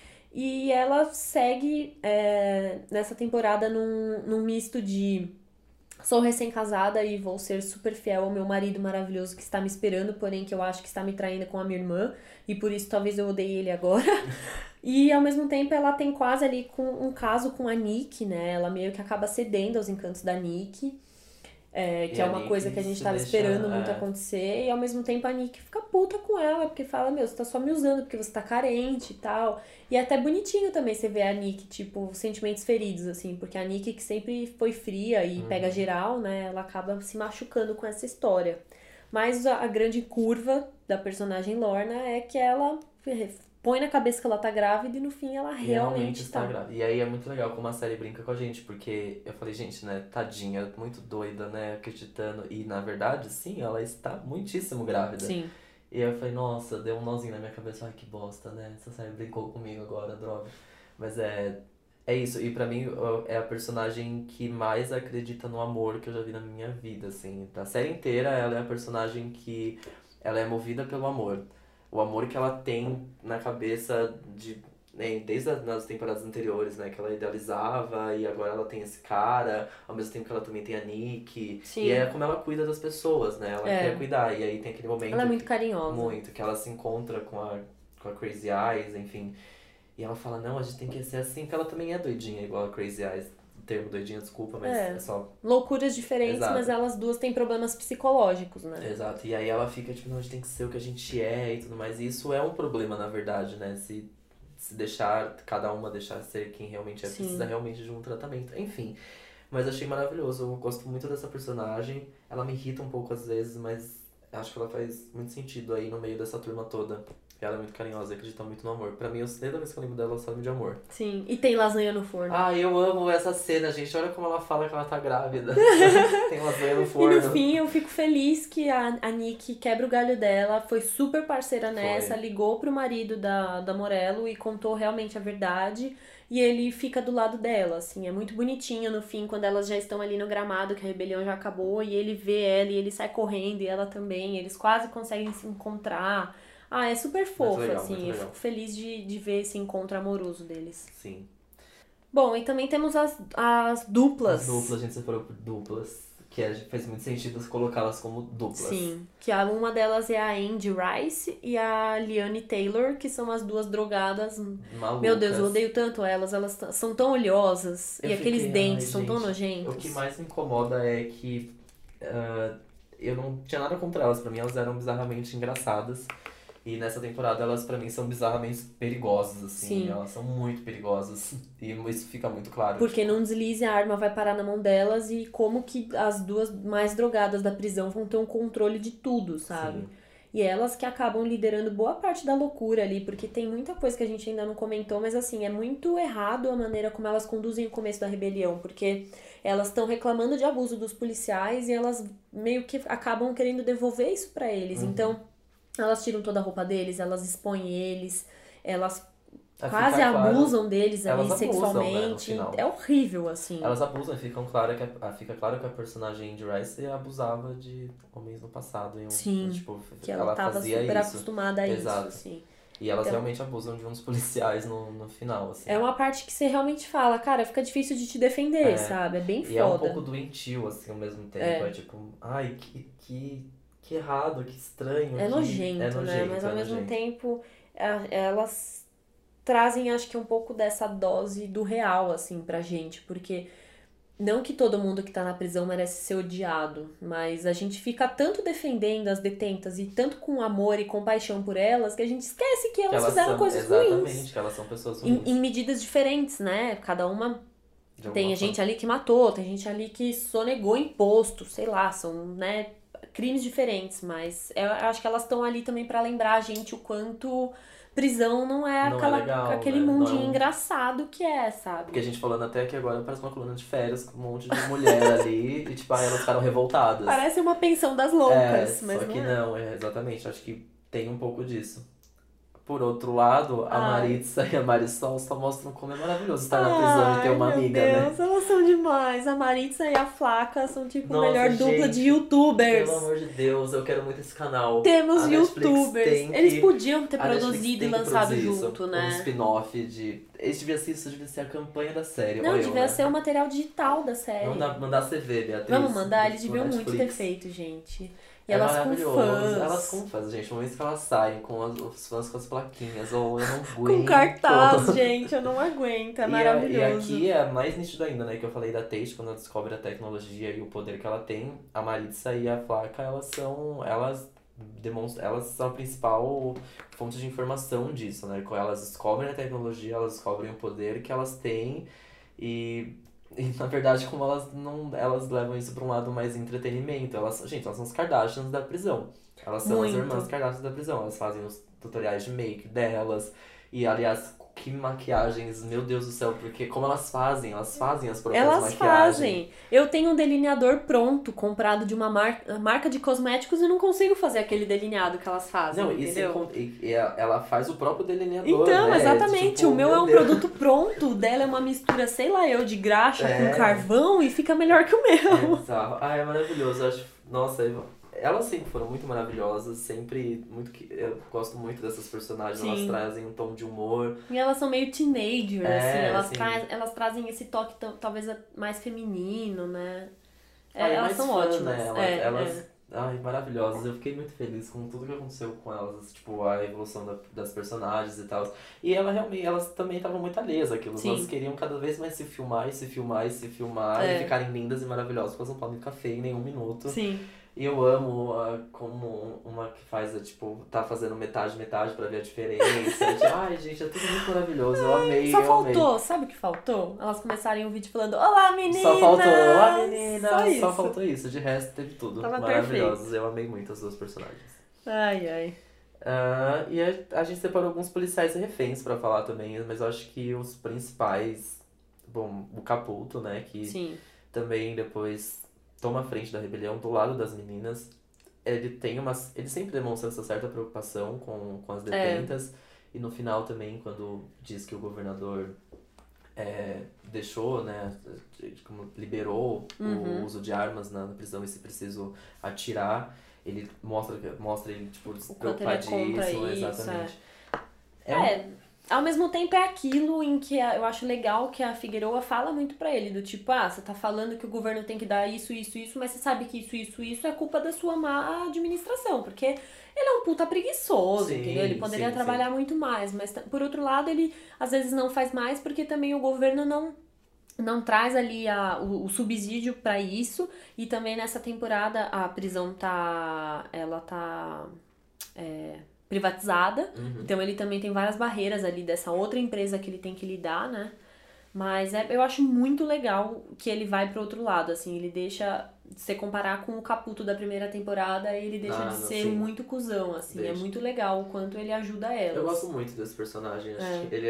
E ela segue nessa temporada num misto de sou recém-casada e vou ser super fiel ao meu marido maravilhoso que está me esperando, porém que eu acho que está me traindo com a minha irmã e por isso talvez eu odeie ele agora. E ao mesmo tempo ela tem quase ali um caso com a Nick, né? Ela meio que acaba cedendo aos encantos da Nick. Que é uma coisa que a gente tava esperando muito acontecer, e ao mesmo tempo a Nick fica puta com ela, porque fala, meu, você tá só me usando porque você tá carente e tal. E é até bonitinho também você ver a Nick, tipo, sentimentos feridos, assim, porque a Nick, que sempre foi fria e pega geral, né, ela acaba se machucando com essa história. Mas a grande curva da personagem Lorna é que ela põe na cabeça que ela tá grávida e no fim ela realmente está grávida. E aí é muito legal como a série brinca com a gente, porque eu falei, gente, né, tadinha, muito doida, né, acreditando. E na verdade, sim, ela está muitíssimo grávida. Sim. E aí eu falei, nossa, deu um nozinho na minha cabeça, ai que bosta, né, essa série brincou comigo agora, droga. Mas é isso, e pra mim é a personagem que mais acredita no amor que eu já vi na minha vida, assim. Da série inteira, ela é a personagem que ela é movida pelo amor. O amor que ela tem na cabeça desde nas temporadas anteriores, né? Que ela idealizava e agora ela tem esse cara, ao mesmo tempo que ela também tem a Nick. Sim. E é como ela cuida das pessoas, né? Ela quer cuidar. E aí tem aquele momento... Ela é muito carinhosa. Muito, que ela se encontra com a Crazy Eyes, enfim. E ela fala, não, a gente tem que ser assim, porque ela também é doidinha, igual a Crazy Eyes. O termo doidinha, desculpa, mas é só... Loucuras diferentes, Exato. mas elas duas têm problemas psicológicos, né? Exato, e aí ela fica tipo, não, a gente tem que ser o que a gente é e tudo mais. E isso é um problema, na verdade, né? Se deixar, cada uma deixar ser quem realmente é, Sim. precisa realmente de um tratamento. Enfim, mas achei maravilhoso, eu gosto muito dessa personagem. Ela me irrita um pouco às vezes, mas acho que ela faz muito sentido aí no meio dessa turma toda. Ela é muito carinhosa e acredita muito no amor. Pra mim, desde a vez que eu lembro dela, eu só lembro de amor. Sim, e tem lasanha no forno. Ah, eu amo essa cena, gente. Olha como ela fala que ela tá grávida. Tem lasanha no forno. E no fim, eu fico feliz que a Nick quebra o galho dela, foi super parceira nessa, ligou pro marido da Morello e contou realmente a verdade. E ele fica do lado dela, assim, é muito bonitinho no fim, quando elas já estão ali no gramado, que a rebelião já acabou, e ele vê ela e ele sai correndo, e ela também, eles quase conseguem se encontrar. Ah, é super fofo, legal, assim, eu fico feliz de ver esse encontro amoroso deles. Sim. Bom, e também temos as duplas. As duplas, a gente separou por duplas, que faz muito sentido colocá-las como duplas. Sim, que uma delas é a Andy Rice e a Liane Taylor, que são as duas drogadas. Malucas. Meu Deus, eu odeio tanto elas são tão oleosas e aqueles dentes são tão nojentos. O que mais me incomoda é que eu não tinha nada contra elas, pra mim elas eram bizarramente engraçadas. E nessa temporada elas pra mim são bizarramente perigosas, assim. Sim. Elas são muito perigosas. E isso fica muito claro. Porque num deslize a arma vai parar na mão delas e como que as duas mais drogadas da prisão vão ter um controle de tudo, sabe? Sim. E elas que acabam liderando boa parte da loucura ali, porque tem muita coisa que a gente ainda não comentou, mas assim, é muito errado a maneira como elas conduzem o começo da rebelião, porque elas estão reclamando de abuso dos policiais e elas meio que acabam querendo devolver isso pra eles. Então, elas tiram toda a roupa deles, elas expõem eles, elas quase abusam deles ali sexualmente. Né, é horrível, assim. Elas abusam e fica claro que a personagem de Rice abusava de homens no passado. Sim, tipo, que ela tava fazia super isso. acostumada a Exato. isso, assim. E elas realmente abusam de uns policiais no final, assim. É uma parte que você realmente fala, cara, fica difícil de te defender, sabe? É bem foda. E é um pouco doentio, assim, ao mesmo tempo. É tipo, ai, que errado, que estranho. É nojento, né? Mas ao mesmo tempo, elas trazem, acho que um pouco dessa dose do real, assim, pra gente. Porque não que todo mundo que tá na prisão merece ser odiado, mas a gente fica tanto defendendo as detentas e tanto com amor e compaixão por elas, que a gente esquece que elas fizeram coisas ruins. Exatamente, que elas são pessoas ruins. Em medidas diferentes, né? Cada uma... Tem gente ali que matou, tem gente ali que sonegou imposto, sei lá, são, né, crimes diferentes, mas eu acho que elas estão ali também pra lembrar a gente o quanto prisão não é aquele mundinho engraçado que é, sabe? Porque a gente falando até que agora parece uma coluna de férias com um monte de mulher ali e tipo, elas ficaram revoltadas. Parece uma pensão das loucas, mas só que não, exatamente, acho que tem um pouco disso. por outro lado, a Ai. Maritza e a Marisol só mostram como é maravilhoso estar na prisão e ter uma Ai, amiga, meu né? Deus, elas são demais. A Maritza e a Flaca são tipo a Nossa, melhor dupla de gente, youtubers. Pelo amor de Deus, eu quero muito esse canal. Temos A Netflix youtubers. tem que- Eles podiam ter a Netflix produzido tem e que lançado produzir isso, junto, Um né? spin-off de... Isso devia ser a campanha da série. Não, olha devia né? ser o material digital da série. Mandar CV, Beatriz. Vamos mandar? Eles pro deviam muito ter Netflix. feito, gente. E É elas com maravilhoso. fãs. Elas com fãs, gente. No momento que elas saem com os fãs com as plaquinhas, ou eu não aguento. Com cartaz, gente, eu não aguento, é maravilhoso. E aqui é mais nítido ainda, né? Que eu falei da Tate, quando ela descobre a tecnologia e o poder que ela tem. A Maritza e a Flaca, elas são a principal fonte de informação disso, né? Quando elas descobrem a tecnologia, elas descobrem o poder que elas têm e na verdade, como elas levam isso pra um lado mais entretenimento. Elas são as Kardashians da prisão. Elas são Muito. as irmãs Kardashians da prisão. Elas fazem os tutoriais de make delas. E, aliás, que maquiagens, meu Deus do céu, porque como elas fazem as próprias Elas maquiagens. fazem. Eu tenho um delineador pronto, comprado de uma marca de cosméticos e não consigo fazer aquele delineado que elas fazem, Não, entendeu? e ela faz o próprio delineador, Então, né? exatamente. Tipo, O meu meu é um Deus. produto pronto, o dela é uma mistura, sei lá eu, de graxa É. com carvão e fica melhor que o É meu. bizarro. Ah, é maravilhoso. Eu acho, nossa, elas sempre foram muito maravilhosas, eu gosto muito dessas personagens, Sim. elas trazem um tom de humor. E elas são meio teenager, É, assim. sim. Elas trazem esse toque talvez mais feminino, né? Ah, e elas mais são fã, ótimas. né? Elas, ai, maravilhosas. Eu fiquei muito feliz com tudo que aconteceu com elas, tipo, a evolução das personagens e tal. E elas também estavam muito alheias àquilo. Sim. Elas queriam cada vez mais se filmar É. e ficarem lindas e maravilhosas, porque elas não podem ficar feias em nenhum minuto. Sim. E eu amo como uma que faz, tá fazendo metade pra ver a diferença. Ai, gente, é tudo muito maravilhoso. Eu amei, Só eu faltou, amei. sabe o que faltou? Elas começarem o vídeo falando: Olá, meninas! Só faltou, olá meninas! Só Só isso. faltou isso. De resto, teve tudo. Tava Maravilhosos. Eu amei muito as duas personagens. Ai, ai. E a gente separou alguns policiais e reféns pra falar também, mas eu acho que os principais. Bom, o Caputo, né? Que Sim. também depois toma a frente da rebelião do lado das meninas. Ele sempre demonstra essa certa preocupação com as detentas. E no final também, quando diz que o governador deixou, né, como liberou o uso de armas na prisão e se preciso atirar, ele mostra ele, tipo, quanto ele é contra despreocupadíssimo, isso, exatamente. Ao mesmo tempo é aquilo em que eu acho legal que a Figueroa fala muito pra ele, do tipo, você tá falando que o governo tem que dar isso, mas você sabe que isso é culpa da sua má administração, porque ele é um puta preguiçoso, Sim, entendeu? Ele poderia sim, trabalhar muito mais, mas por outro lado ele às vezes não faz mais porque também o governo não traz ali o subsídio pra isso, e também nessa temporada a prisão tá privatizada, então ele também tem várias barreiras ali dessa outra empresa que ele tem que lidar, né? Mas eu acho muito legal que ele vai pro outro lado, assim, ele deixa, se você comparar com o Caputo da primeira temporada, ele deixa de ser sim. muito cuzão, assim, Deixa. é muito legal o quanto ele ajuda elas. Eu gosto muito desse personagem, acho que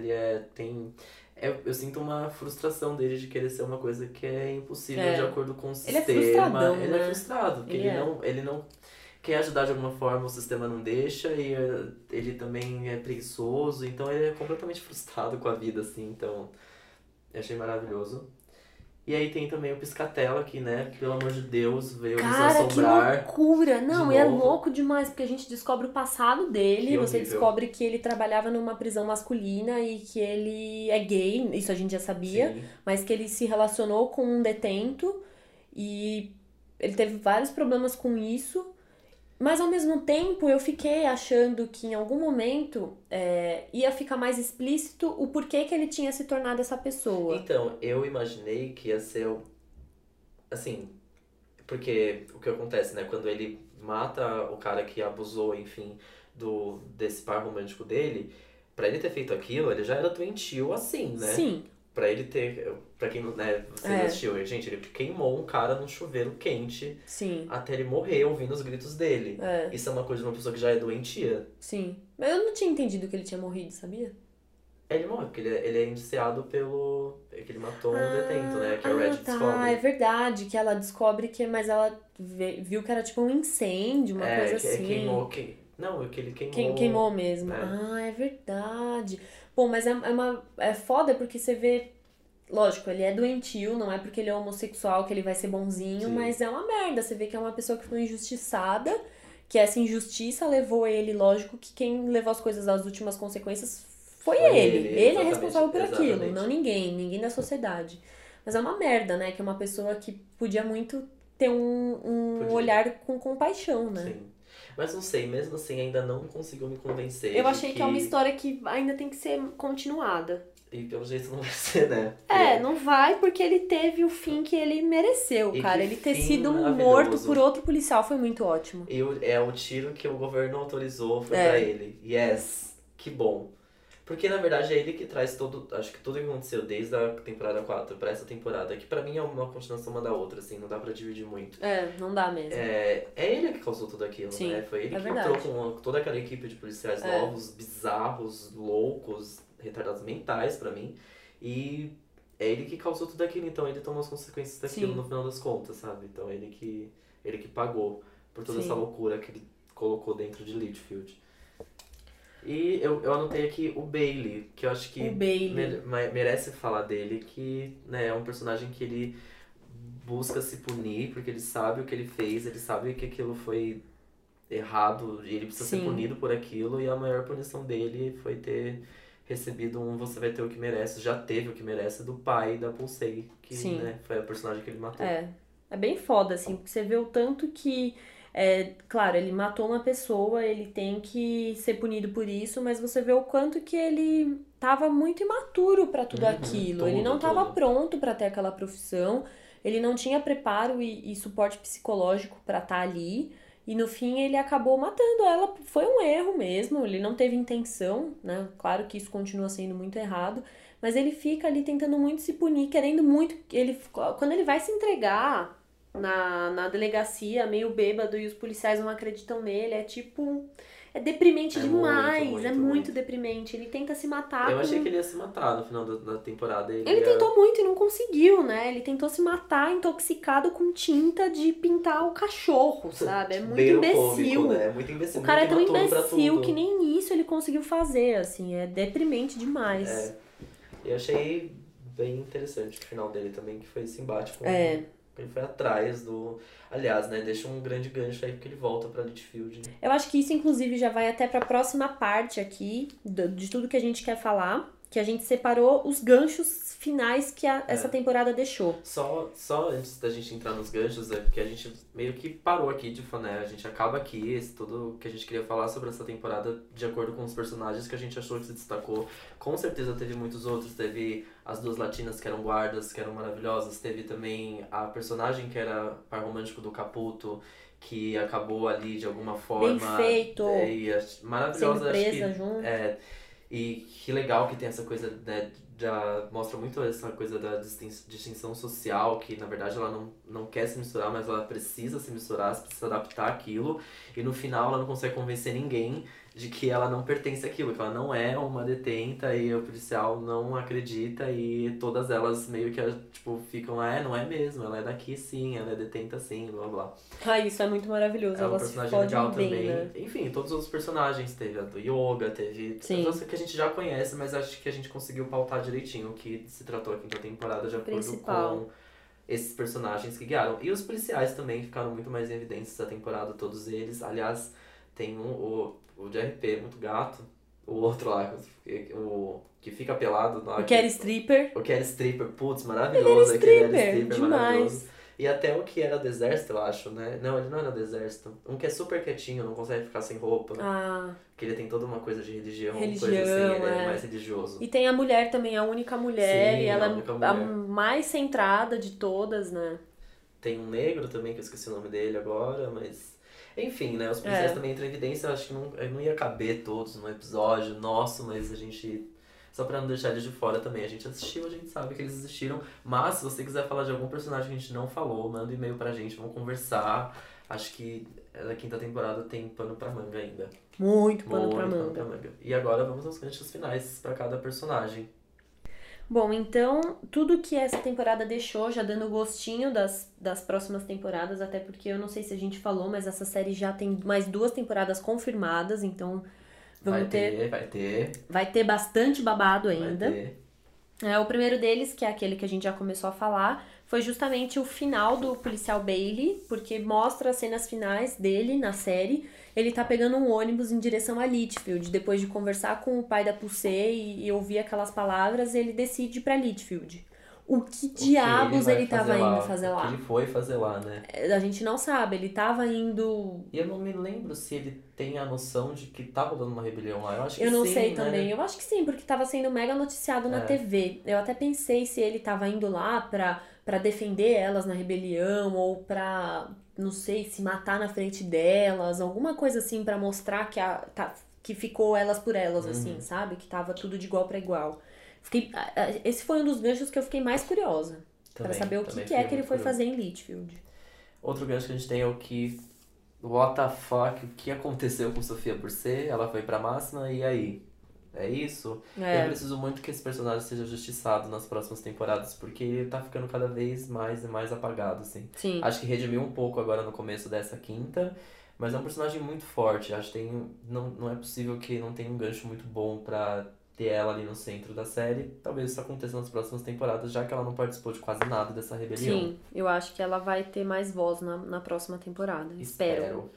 eu sinto uma frustração dele de querer ser uma coisa que é impossível de acordo com o Ele é sistema. frustradão, Ele né? é frustrado, porque ele não quer ajudar de alguma forma, o sistema não deixa, e ele também é preguiçoso, então ele é completamente frustrado com a vida, assim, então eu achei maravilhoso. E aí tem também o Piscatella, que, né, pelo amor de Deus, veio nos Cara, que assombrar. loucura! Não, de e é novo. louco demais, porque a gente descobre o passado dele, Que você horrível. descobre que ele trabalhava numa prisão masculina e que ele é gay, isso a gente já sabia, Sim. mas que ele se relacionou com um detento e ele teve vários problemas com isso, mas ao mesmo tempo eu fiquei achando que em algum momento ia ficar mais explícito o porquê que ele tinha se tornado essa pessoa. Então, eu imaginei que ia ser assim, porque o que acontece, né, quando ele mata o cara que abusou, enfim, desse par romântico dele, pra ele ter feito aquilo, ele já era doentio assim, né? Sim, Pra ele ter, pra quem, né, você não assistiu, gente, ele queimou um cara num chuveiro quente sim, até ele morrer ouvindo os gritos dele. Isso é uma coisa de uma pessoa que já é doentia. sim. Mas eu não tinha entendido que ele tinha morrido, sabia? Ele morre, porque ele é indiciado que ele matou um detento, né, que a Red tá, descobre. é verdade, que ela descobre mas ela viu que era tipo um incêndio, uma coisa assim. Queimou, Não, é que ele queimou. Queimou mesmo. É. Ah, é verdade. Pô, mas é foda porque você vê. Lógico, ele é doentio, não é porque ele é homossexual que ele vai ser bonzinho, Sim. mas é uma merda. Você vê que é uma pessoa que foi injustiçada, que essa injustiça levou ele, lógico que quem levou as coisas às últimas consequências foi ele. Ele é exatamente, responsável por aquilo, exatamente. não ninguém da sociedade. Mas é uma merda, né? Que é uma pessoa que podia muito ter um Podia. olhar com compaixão, né? Sim. Mas não sei, mesmo assim ainda não conseguiu me convencer. Eu de achei que é uma história que ainda tem que ser continuada. E pelo jeito não vai ser, né? É, não vai porque ele teve o fim que ele mereceu, E cara. que Ele ter fim sido maravilhoso. morto por outro policial foi muito ótimo. E é o tiro que o governo autorizou foi É. pra ele. Yes, que bom. Porque na verdade é ele que traz acho que tudo que aconteceu desde a temporada 4 pra essa temporada, que pra mim é uma continuação uma da outra, assim, não dá pra dividir muito. É, não dá mesmo. É ele que causou tudo aquilo, Sim, né? Foi ele é que verdade. entrou com toda aquela equipe de policiais É. novos, bizarros, loucos, retardados mentais pra mim. E é ele que causou tudo aquilo, então ele tomou as consequências daquilo Sim. no final das contas, sabe? Então ele que pagou por toda Sim. essa loucura que ele colocou dentro de Litchfield. E eu anotei aqui o Bailey, que eu acho que O Bailey. merece falar dele, que né, é um personagem que ele busca se punir, porque ele sabe o que ele fez, ele sabe que aquilo foi errado, e ele precisa ser Sim. punido por aquilo, e a maior punição dele foi ter recebido você vai ter o que merece, já teve o que merece, do pai da Pulsei, que Sim. né, foi a personagem que ele matou. É bem foda, assim, porque você vê o tanto que. Claro, ele matou uma pessoa, ele tem que ser punido por isso, mas você vê o quanto que ele tava muito imaturo pra tudo Uhum, aquilo. Ele tudo, não tava tudo. pronto pra ter aquela profissão, ele não tinha preparo e suporte psicológico pra estar ali. E no fim ele acabou matando ela. Foi um erro mesmo, ele não teve intenção, né? Claro que isso continua sendo muito errado. Mas ele fica ali tentando muito se punir, querendo muito. Quando ele vai se entregar na delegacia, meio bêbado, e os policiais não acreditam nele, é tipo. É deprimente É demais, muito, é muito, muito muito. deprimente. Ele tenta se matar. Eu achei que ele ia se matar no final da temporada. Ele tentou muito e não conseguiu, né? Ele tentou se matar intoxicado com tinta de pintar o cachorro, sabe? É muito imbecil. Né? É muito imbecil. O cara é tão muito imaturo pra imbecil tudo. que nem isso ele conseguiu fazer, assim. É deprimente demais. É. Eu achei bem interessante o final dele também, que foi esse embate com... É. Ele foi atrás do... Aliás, né, deixa um grande gancho aí porque ele volta pra Litchfield, né? Eu acho que isso, inclusive, já vai até pra próxima parte aqui, de tudo que a gente quer falar, que a gente separou os ganchos finais que essa temporada deixou. Só antes da gente entrar nos ganchos, é porque a gente meio que parou aqui de falar, né? A gente acaba aqui, tudo que a gente queria falar sobre essa temporada de acordo com os personagens que a gente achou que se destacou. Com certeza teve muitos outros, teve as duas latinas que eram guardas, que eram maravilhosas, teve também a personagem que era par romântico do Caputo, que acabou ali de alguma forma... Bem feito. Maravilhosa, Sendo presa junto. E que legal que tem essa coisa, né, já mostra muito essa coisa da distinção social, que na verdade ela não quer se misturar, mas ela precisa se misturar, precisa adaptar aquilo, e no final ela não consegue convencer ninguém de que ela não pertence àquilo, que ela não é uma detenta e o policial não acredita e todas elas meio que tipo, ficam, não é mesmo, ela é daqui sim, ela é detenta sim, blá blá. Isso é muito maravilhoso, É um ela se personagem fode legal bem, também. né? Enfim, todos os outros personagens. Teve a do Yoga, teve... Sim. As que a gente já conhece, mas acho que a gente conseguiu pautar direitinho o que se tratou a quinta temporada de acordo Principal. com esses personagens que guiaram. E os policiais também ficaram muito mais em evidência essa temporada, todos eles. Aliás, tem o de RP, muito gato. O outro lá, o que fica pelado. Lá, O que era stripper. O que era stripper, putz, maravilhoso. Ele era Aquele era stripper, demais. maravilhoso. E até o que era do exército, eu acho, né? Não, ele não era do exército. Um que é super quietinho, não consegue ficar sem roupa. Que ele tem toda uma coisa de religião, coisa assim, ele é mais religioso. E tem a mulher também, a única mulher, Sim, e ela a única é mulher. a mais centrada de todas, né? Tem um negro também, que eu esqueci o nome dele agora, mas... Enfim, né? Os policiais também entram em evidência, eu acho que não ia caber todos no episódio nosso, mas a gente... Só pra não deixar eles de fora também. A gente assistiu, a gente sabe que eles existiram. Mas se você quiser falar de algum personagem que a gente não falou, manda um e-mail pra gente, vamos conversar. Acho que a quinta temporada tem pano pra manga ainda. Muito pano pra manga. E agora vamos aos ganchos finais pra cada personagem. Bom, então, tudo que essa temporada deixou, já dando gostinho das próximas temporadas, até porque eu não sei se a gente falou, mas essa série já tem mais 2 temporadas confirmadas, então vamos vai ter bastante babado ainda. Vai ter. O primeiro deles, que é aquele que a gente já começou a falar, foi justamente o final do policial Bailey, porque mostra as cenas finais dele na série. Ele tá pegando um ônibus em direção a Litchfield. Depois de conversar com o pai da Pulsei e ouvir aquelas palavras, ele decide ir pra Litchfield. O que diabos ele tava indo fazer lá? O que ele foi fazer lá, né? A gente não sabe, ele tava indo... E eu não me lembro se ele tem a noção de que tá rolando uma rebelião lá. Eu acho que sim, Eu não sei né? também. Eu acho que sim, porque tava sendo mega noticiado na TV. Eu até pensei se ele tava indo lá pra defender elas na rebelião ou pra, não sei, se matar na frente delas. Alguma coisa assim pra mostrar que ficou elas por elas, assim, sabe? Que tava tudo de igual pra igual. Esse foi um dos ganchos que eu fiquei mais curiosa. Pra saber o que é que ele foi fazer em Litchfield. Outro gancho que a gente tem é o que... What the fuck? O que aconteceu com Sofia Bursey? Ela foi pra máxima e aí? É isso? Eu preciso muito que esse personagem seja justiçado nas próximas temporadas, porque ele tá ficando cada vez mais e mais apagado, assim. Sim. Acho que redimiu um pouco agora no começo dessa quinta, mas é um personagem muito forte. Acho que não é possível que não tenha um gancho muito bom pra ter ela ali no centro da série. Talvez isso aconteça nas próximas temporadas, já que ela não participou de quase nada dessa rebelião. Sim, eu acho que ela vai ter mais voz na próxima temporada. Espero.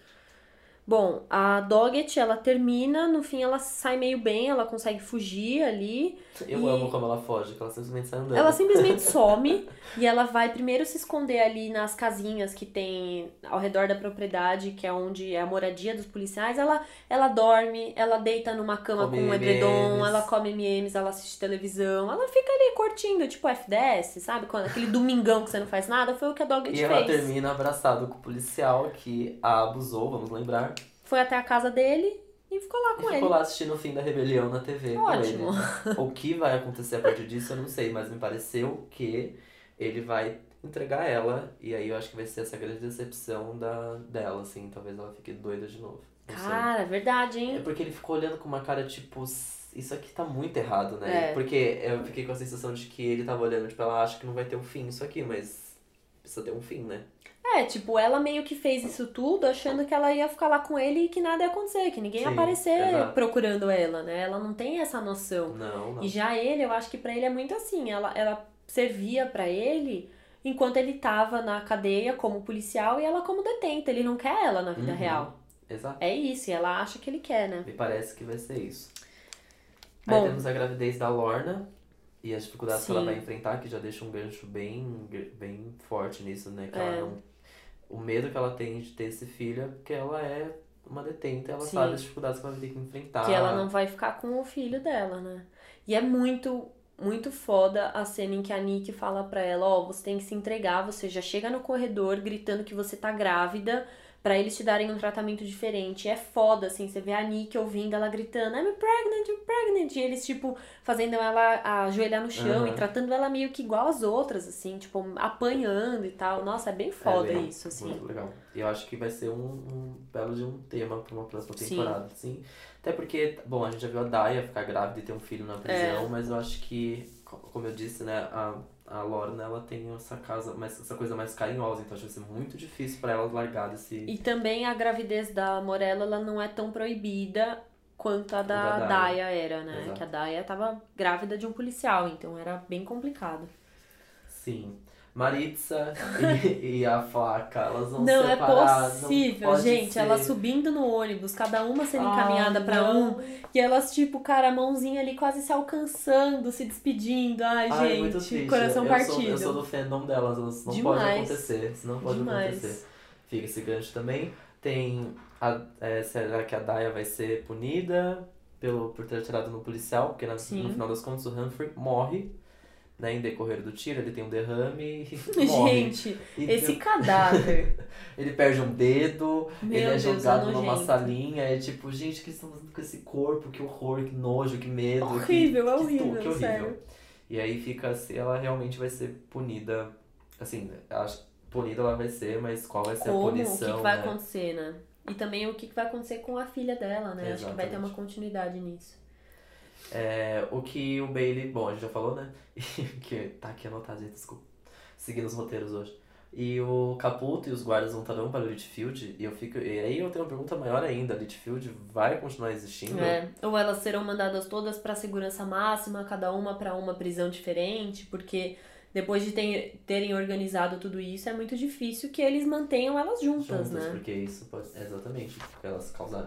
Bom, a Doggett, ela termina, no fim ela sai meio bem, ela consegue fugir ali. Eu amo como ela foge, que ela simplesmente sai andando. Ela simplesmente some e ela vai primeiro se esconder ali nas casinhas que tem ao redor da propriedade, que é onde é a moradia dos policiais. Ela dorme, ela deita numa cama com um edredom, ela come M&M's, ela assiste televisão, ela fica ali curtindo, tipo FDS, sabe? Aquele domingão que você não faz nada, foi o que a Doggett fez. E ela termina abraçada com o policial que a abusou, vamos lembrar. Foi até a casa dele e ficou lá com ele. Ficou lá assistindo o fim da rebelião na TV. Ótimo. Com ele. O que vai acontecer a partir disso eu não sei, mas me pareceu que ele vai entregar ela. E aí eu acho que vai ser essa grande decepção dela, assim. Talvez ela fique doida de novo. Cara, verdade, hein? É porque ele ficou olhando com uma cara tipo... Isso aqui tá muito errado, né? Porque eu fiquei com a sensação de que ele tava olhando, tipo, ela acha que não vai ter um fim isso aqui, mas precisa ter um fim, né? Tipo, ela meio que fez isso tudo achando que ela ia ficar lá com ele e que nada ia acontecer, que ninguém ia aparecer procurando ela, né? Ela não tem essa noção. Não. E já ele, eu acho que pra ele é muito assim, ela servia pra ele enquanto ele tava na cadeia como policial e ela como detenta, ele não quer ela na vida real. Exato. É isso, e ela acha que ele quer, né? Me parece que vai ser isso. Bom, aí temos a gravidez da Lorna e as dificuldades que ela vai enfrentar, que já deixa um gancho bem forte nisso, né? Que ela não... O medo que ela tem de ter esse filho é porque ela é uma detenta, ela sabe as dificuldades que ela vai ter que enfrentar. Que ela não vai ficar com o filho dela, né? E é muito, muito foda a cena em que a Nick fala pra ela, você tem que se entregar, você já chega no corredor gritando que você tá grávida, pra eles te darem um tratamento diferente. É foda, assim, você vê a Nick ouvindo ela gritando, I'm pregnant, e eles, tipo, fazendo ela ajoelhar no chão e tratando ela meio que igual as outras, assim, tipo, apanhando e tal. Nossa, é bem foda isso, assim. Muito legal. E eu acho que vai ser um belo de um tema pra uma próxima temporada, assim. Até porque, bom, a gente já viu a Daya ficar grávida e ter um filho na prisão, mas eu acho que, como eu disse, né, a Lorna, ela tem essa coisa mais carinhosa, então acho que vai ser muito difícil pra ela largar desse... E também a gravidez da Morella, ela não é tão proibida quanto a da Daya era, né? Exato. Que a Daya tava grávida de um policial, então era bem complicado. Sim. Maritza e a Faca, elas vão não separar. É possível, não gente. ser. Elas subindo no ônibus, cada uma sendo encaminhada pra um. E elas, tipo, cara, a mãozinha ali quase se alcançando, se despedindo. Ai, gente, muito triste. coração partido. Eu sou do fandom delas, isso não pode acontecer. Isso não pode acontecer. Fica esse gancho também. Tem será que a Daya vai ser punida por ter atirado no policial? Porque no final das contas o Humphrey morre. Né, em decorrer do tiro, ele tem um derrame e morre. Gente, esse cadáver. Ele perde um dedo, ele é jogado numa nojento. salinha, é tipo, gente, o que estão fazendo com esse corpo? Que horror, que nojo, que medo. Horrível, que horrível, horrível. sério. E aí fica assim, ela realmente vai ser punida, assim, acho que punida ela vai ser, mas qual vai ser a punição, O que vai acontecer, né? E também o que vai acontecer com a filha dela, né? Exatamente. Acho que vai ter uma continuidade nisso. O que o Bailey... Bom, a gente já falou, né? Que tá aqui anotado, gente, desculpa. Seguindo os roteiros hoje. E o Caputo e os guardas voltarão para Litchfield. E aí eu tenho uma pergunta maior ainda. Litchfield vai continuar existindo? Ou elas serão mandadas todas pra segurança máxima, cada uma pra uma prisão diferente, porque depois de terem organizado tudo isso, é muito difícil que eles mantenham elas juntas, né? Porque isso pode... Exatamente, porque elas causaram...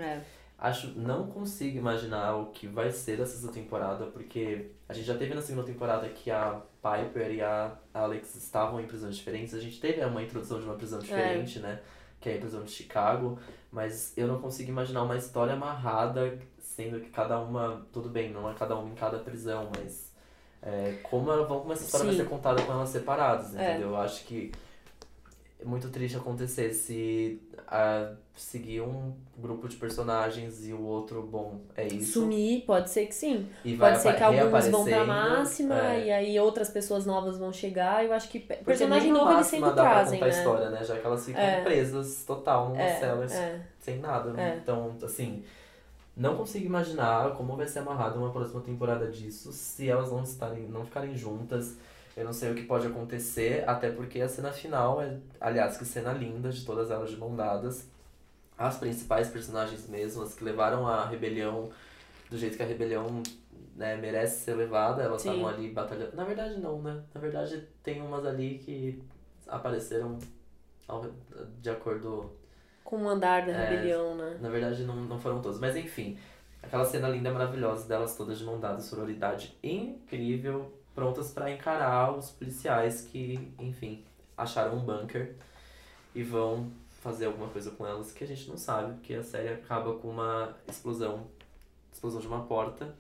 Não consigo imaginar o que vai ser essa segunda temporada, porque a gente já teve na segunda temporada que a Piper e a Alex estavam em prisões diferentes. A gente teve uma introdução de uma prisão diferente, né? Que é a prisão de Chicago. Mas eu não consigo imaginar uma história amarrada, sendo que cada uma... Tudo bem, não é cada uma em cada prisão, mas... como essa história vai ser contada com elas separadas, entendeu? Eu acho que é muito triste acontecer se seguir um grupo de personagens e o outro, é isso. Sumir, pode ser que sim. E pode ser que alguns vão pra máxima e aí outras pessoas novas vão chegar. Eu acho que personagem novo eles sempre trazem, pra né? contar a história, né? Já que elas ficam presas total numa cela sem nada. Então, assim, não consigo imaginar como vai ser amarrada uma próxima temporada disso se elas não ficarem juntas. Eu não sei o que pode acontecer, até porque a cena final aliás, que cena linda, de todas elas de mão dadas. As principais personagens mesmo, as que levaram a rebelião do jeito que a rebelião, né, merece ser levada, elas estavam ali batalhando. Na verdade não, né? Na verdade tem umas ali que apareceram de acordo... Com o andar da rebelião, né? Na verdade não foram todas, mas enfim. Aquela cena linda, maravilhosa delas todas de mão dada, sororidade incrível, prontas pra encarar os policiais que, enfim, acharam um bunker e vão fazer alguma coisa com elas que a gente não sabe, porque a série acaba com uma explosão de uma porta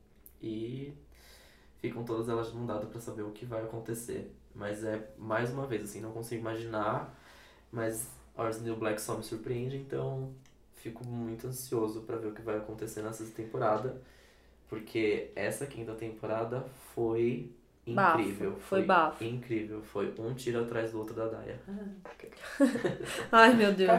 e ficam todas elas de mão dada pra saber o que vai acontecer. Mas mais uma vez, assim, não consigo imaginar, mas Orange is the New Black só me surpreende, então fico muito ansioso pra ver o que vai acontecer nessa temporada. Porque essa quinta temporada foi incrível. Foi bafo. Incrível. Foi um tiro atrás do outro da Daya. Ai, meu Deus.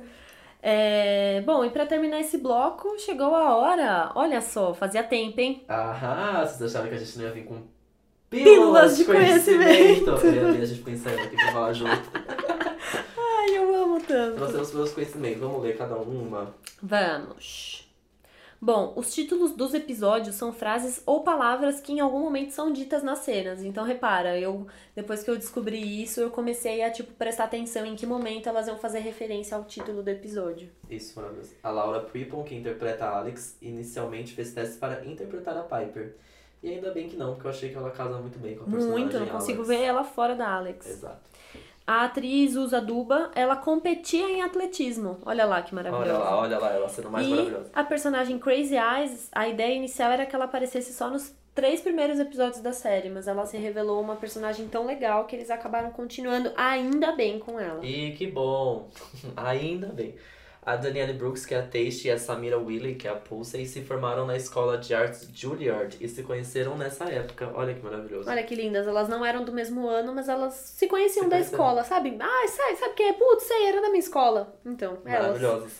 Bom, e pra terminar esse bloco, chegou a hora. Olha só, fazia tempo, hein? Vocês achavam que a gente não ia vir com pílulas de conhecimento. Eu ia a gente pensando aqui pra falar junto. Ai, eu amo tanto. Nós temos pílulas de conhecimento. Vamos ler cada uma? Vamos. Bom, os títulos dos episódios são frases ou palavras que em algum momento são ditas nas cenas. Então, repara, depois que eu descobri isso, eu comecei a, prestar atenção em que momento elas iam fazer referência ao título do episódio. Isso, maravilhoso. A Laura Prepon, que interpreta a Alex, inicialmente fez testes para interpretar a Piper. E ainda bem que não, porque eu achei que ela casa muito bem com a personagem Muito, não consigo Alex. ver ela fora da Alex. Exato. A atriz Usa Duba, ela competia em atletismo. Olha lá que maravilhosa. Olha lá, ela sendo mais maravilhosa. A personagem Crazy Eyes, a ideia inicial era que ela aparecesse só nos 3 primeiros episódios da série, mas ela se revelou uma personagem tão legal que eles acabaram continuando ainda bem com ela. E que bom! Ainda bem. A Danielle Brooks, que é a Taste, e a Samira Wiley, que é a Pulsey, se formaram na escola de artes Juilliard e se conheceram nessa época. Olha que maravilhoso. Olha que lindas. Elas não eram do mesmo ano, mas elas se conheciam da escola, sabe? Sabe quem é? Putz, era da minha escola. Então, maravilhosas.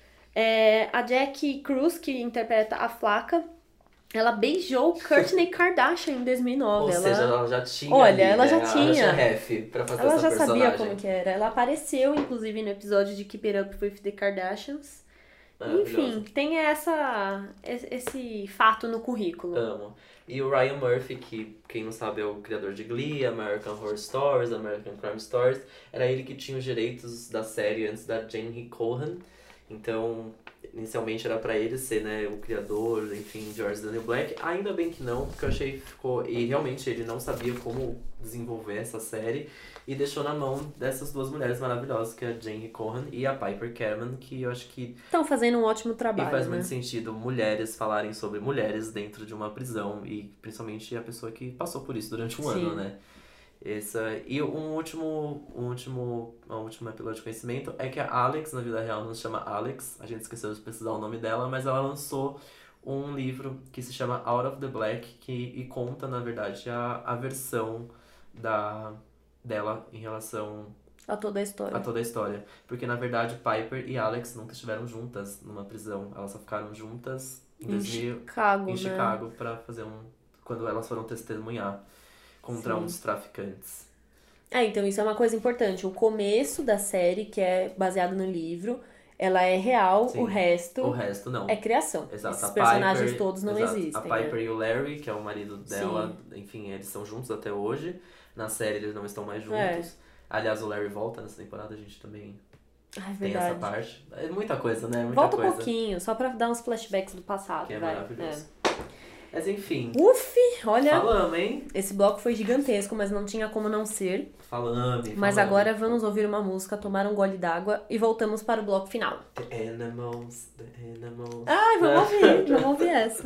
A Jackie Cruz, que interpreta a Flaca, ela beijou Kourtney Kardashian em 2009. Ou seja, ela já tinha. Olha, ela já tinha. Ela já ref pra fazer ela essa já personagem. sabia como que era. Ela apareceu, inclusive, no episódio de Keep It Up with the Kardashians. Enfim, tem esse fato no currículo. Amo. E o Ryan Murphy, que quem não sabe é o criador de Glee, American Horror Stories, American Crime Stories, era ele que tinha os direitos da série antes da Jane Cohen. Então, inicialmente era pra ele ser, né, o criador, enfim, de Orange is the New Black. Ainda bem que não, porque eu achei que ficou... E realmente ele não sabia como desenvolver essa série. E deixou na mão dessas duas mulheres maravilhosas, que é a Jane Cohen e a Piper Kerman, que eu acho que... Estão fazendo um ótimo trabalho, E faz né? muito sentido mulheres falarem sobre mulheres dentro de uma prisão. E principalmente a pessoa que passou por isso durante um ano, né? E um último epílogo de conhecimento é que a Alex, na vida real, não se chama Alex. A gente esqueceu de precisar o nome dela, mas ela lançou um livro que se chama Out of the Black, e conta, na verdade, a versão dela em relação a toda a história. Porque, na verdade, Piper e Alex nunca estiveram juntas numa prisão. Elas só ficaram juntas Em Chicago, em né? Chicago pra fazer quando elas foram testemunhar contra uns traficantes. Então isso é uma coisa importante. O começo da série, que é baseado no livro, ela é real, Sim. o resto não. é criação. Exato. Esses A personagens Piper, todos não exato. existem. A Piper e o Larry, que é o marido dela, Sim. enfim, eles são juntos até hoje. Na série eles não estão mais juntos. Aliás, o Larry volta nessa temporada, a gente também tem essa Verdade. parte. É muita coisa, né? Muita Volta coisa. um pouquinho, só pra dar uns flashbacks do passado, Que é vai. maravilhoso. Mas enfim, Uf, olha, falamos, hein? esse bloco foi gigantesco, mas não tinha como não ser. Falamos. Mas agora vamos ouvir uma música, tomar um gole d'água e voltamos para o bloco final. The animals. Ai, vamos ouvir essa.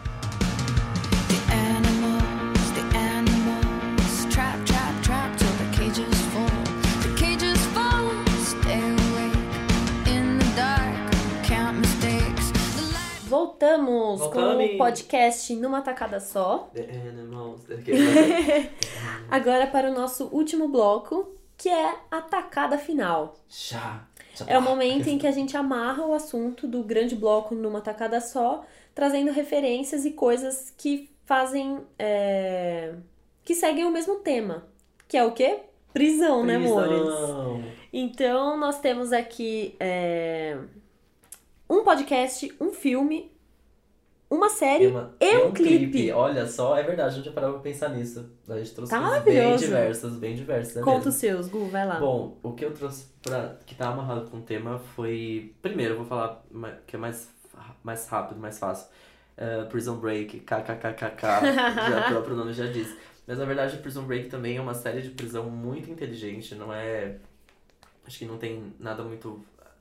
The animals, trap, trap, trap till the cages fall. The cages fall, stay awake in the dark, count mistakes. Voltamos com Voltamos. o podcast numa tacada só. The animals. Agora para o nosso último bloco, que é a tacada final. Já. É o momento em que a gente amarra o assunto do grande bloco numa tacada só, trazendo referências e coisas que fazem... que seguem o mesmo tema. Que é o quê? Prisão, né, amores? Então, nós temos aqui um podcast, um filme, uma série e um clipe. Olha só, é verdade, a gente já parou pra pensar nisso. A gente trouxe Tá coisas bem maravilhoso. diversas. Conta os seus, Gu, vai lá. Bom, o que eu trouxe que tá amarrado com o tema foi... Primeiro, eu vou falar que é mais rápido, mais fácil. Prison Break, kkkk, já o próprio nome já diz. Mas na verdade, Prison Break também é uma série de prisão muito inteligente, não é... Acho que não tem nada muito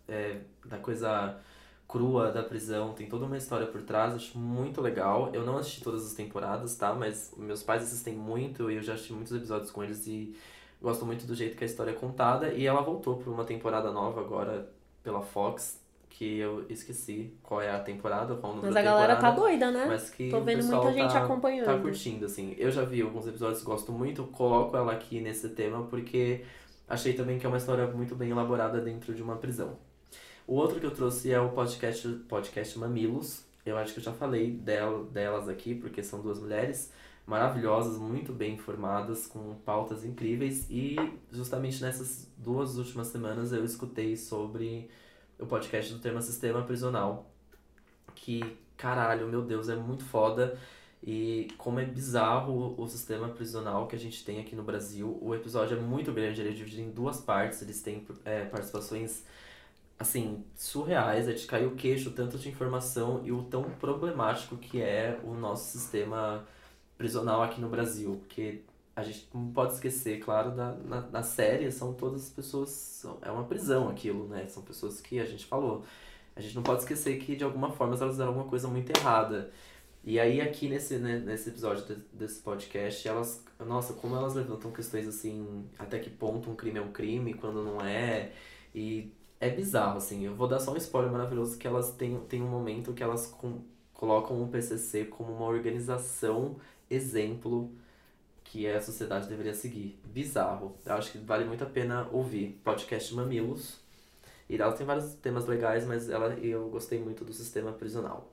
da coisa crua da prisão, tem toda uma história por trás, acho muito legal. Eu não assisti todas as temporadas, tá? Mas meus pais assistem muito e eu já assisti muitos episódios com eles e gosto muito do jeito que a história é contada. E ela voltou por uma temporada nova agora pela Fox, que eu esqueci qual é a temporada, qual o número Mas da a galera temporada. tá doida, né? Mas que Tô o vendo pessoal muita gente acompanhando. tá curtindo, assim. Eu já vi alguns episódios, gosto muito, coloco ela aqui nesse tema porque achei também que é uma história muito bem elaborada dentro de uma prisão. O outro que eu trouxe é o podcast Mamilos. Eu acho que eu já falei delas aqui, porque são duas mulheres maravilhosas, muito bem informadas, com pautas incríveis. E justamente nessas 2 últimas semanas eu escutei sobre o podcast do tema Sistema Prisional. Que, caralho, meu Deus, é muito foda. E como é bizarro o sistema prisional que a gente tem aqui no Brasil. O episódio é muito grande, ele é dividido em 2 partes. Eles têm participações... assim, surreais, é de cair o queixo, tanto de informação e o tão problemático que é o nosso sistema prisional aqui no Brasil. Porque a gente não pode esquecer, claro, na série são todas as pessoas, é uma prisão aquilo, né? São pessoas que a gente falou. A gente não pode esquecer que, de alguma forma, elas fizeram alguma coisa muito errada. E aí, aqui nesse episódio desse podcast, nossa, como elas levantam questões assim, até que ponto um crime é um crime, quando não é, e... É bizarro, assim. Eu vou dar só um spoiler maravilhoso que elas têm um momento que elas colocam o PCC como uma organização exemplo que a sociedade deveria seguir. Bizarro. Eu acho que vale muito a pena ouvir. Podcast Mamilos. E ela tem vários temas legais, mas eu gostei muito do sistema prisional.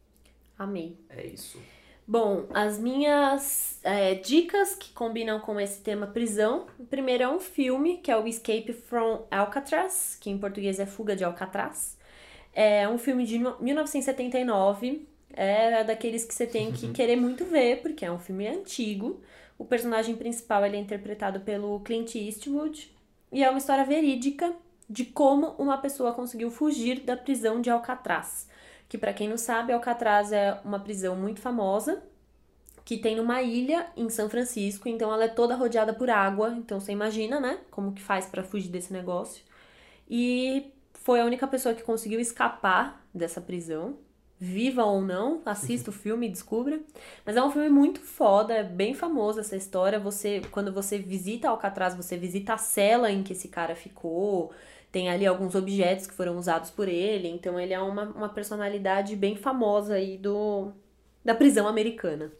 Amei. É isso. Bom, as minhas dicas que combinam com esse tema prisão. O primeiro é um filme, que é o Escape from Alcatraz, que em português é Fuga de Alcatraz. É um filme de 1979. É daqueles que você tem que querer muito ver, porque é um filme antigo. O personagem principal ele é interpretado pelo Clint Eastwood. E é uma história verídica de como uma pessoa conseguiu fugir da prisão de Alcatraz. Que, pra quem não sabe, Alcatraz é uma prisão muito famosa, que tem numa ilha em São Francisco, então ela é toda rodeada por água, então você imagina, né, como que faz pra fugir desse negócio. E foi a única pessoa que conseguiu escapar dessa prisão, viva ou não, assista o filme e descubra. Mas é um filme muito foda, é bem famoso essa história. Quando você visita Alcatraz, você visita a cela em que esse cara ficou. Tem ali alguns objetos que foram usados por ele. Então ele é uma personalidade bem famosa aí da prisão americana.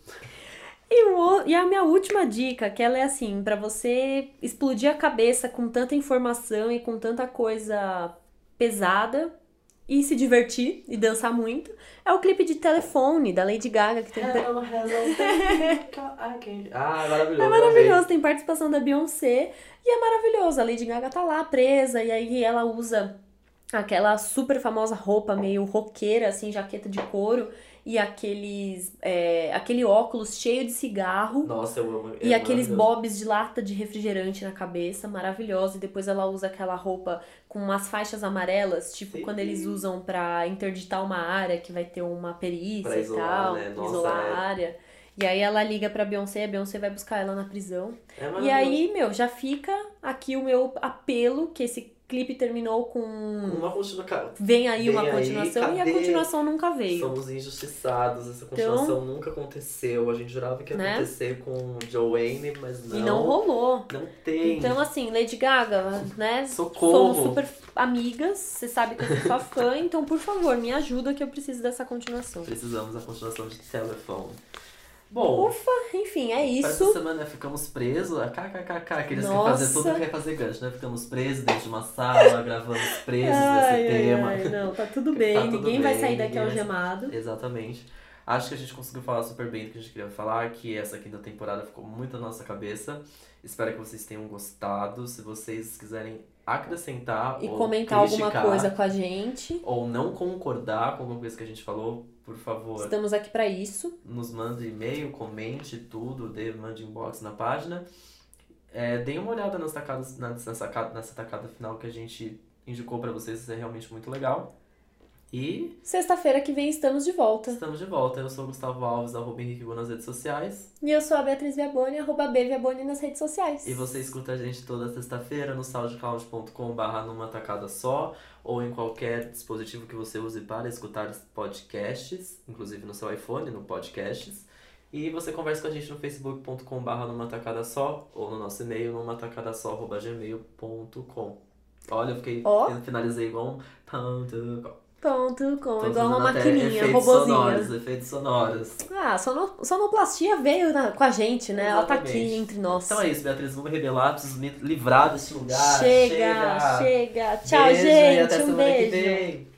E a minha última dica, que ela é assim, pra você explodir a cabeça com tanta informação e com tanta coisa pesada e se divertir e dançar muito é o clipe de Telefone, da Lady Gaga, que tem... Hello, Ah, é maravilhoso. É maravilhoso, tem participação da Beyoncé e é maravilhoso. A Lady Gaga tá lá presa e aí ela usa aquela super famosa roupa meio roqueira, assim, jaqueta de couro e aquele óculos cheio de cigarro. Nossa, eu amo. E aqueles bobs de lata de refrigerante na cabeça, maravilhosa. E depois ela usa aquela roupa com umas faixas amarelas, tipo Sim. quando eles usam pra interditar uma área que vai ter uma perícia Pra e isolar, tal, né? Nossa, isolar é. a área. E aí ela liga pra Beyoncé, a Beyoncé vai buscar ela na prisão. É E maravilhoso. aí, já fica aqui o meu apelo, que esse clipe terminou com... Uma continuação. Vem aí uma Vem aí, continuação e a cadê? continuação nunca veio. Somos injustiçados, essa continuação nunca aconteceu. A gente jurava que ia Né? acontecer com Joanne, mas não. E não rolou. Não tem. Então, assim, Lady Gaga, né? Socorro. Somos super amigas, você sabe que eu sou sua fã, então, por favor, me ajuda que eu preciso dessa continuação. Precisamos da continuação de Telefone. Bom, Ufa, enfim, é para essa isso. semana ficamos presos. KKKK, aqueles que Nossa. fazer tudo que quer fazer gancho, né? Ficamos presos dentro de uma sala, gravamos presos nesse tema. Não, tá tudo bem, Tá tudo ninguém vai bem, sair daqui ninguém vai- algemado. Exatamente. Acho que a gente conseguiu falar super bem do que a gente queria falar, que essa quinta temporada ficou muito na nossa cabeça. Espero que vocês tenham gostado. Se vocês quiserem acrescentar E ou comentar alguma criticar, coisa com a gente. ou não concordar com alguma coisa que a gente falou, por favor, Estamos aqui pra isso. nos mande e-mail, comente tudo, mande inbox na página. Deem uma olhada nas tacadas, nessa tacada final que a gente indicou pra vocês, isso é realmente muito legal. E Sexta-feira que vem estamos de volta. estamos de volta. Eu sou o Gustavo Alves, @HenriqueGu nas redes sociais. E eu sou a Beatriz Viaboni, @BViaboni nas redes sociais. E você escuta a gente toda sexta-feira no soundcloud.com/numa tacada só, ou em qualquer dispositivo que você use para escutar podcasts, inclusive no seu iPhone, no podcasts. E você conversa com a gente no facebook.com/numa tacada só, ou no nosso e-mail, numatacadasó@gmail.com. Olha, eu finalizei igual um ponto. .com, Tô igual uma fazendo até maquininha, efeitos robozinha. efeitos sonoros. Ah, sonoplastia veio com a gente, né? Ela tá aqui Exatamente. entre nós. Então é isso, Beatriz, vamos rebelar, preciso me livrar desse lugar. Chega. Tchau, Beijo, e gente. até Um semana que beijo. vem.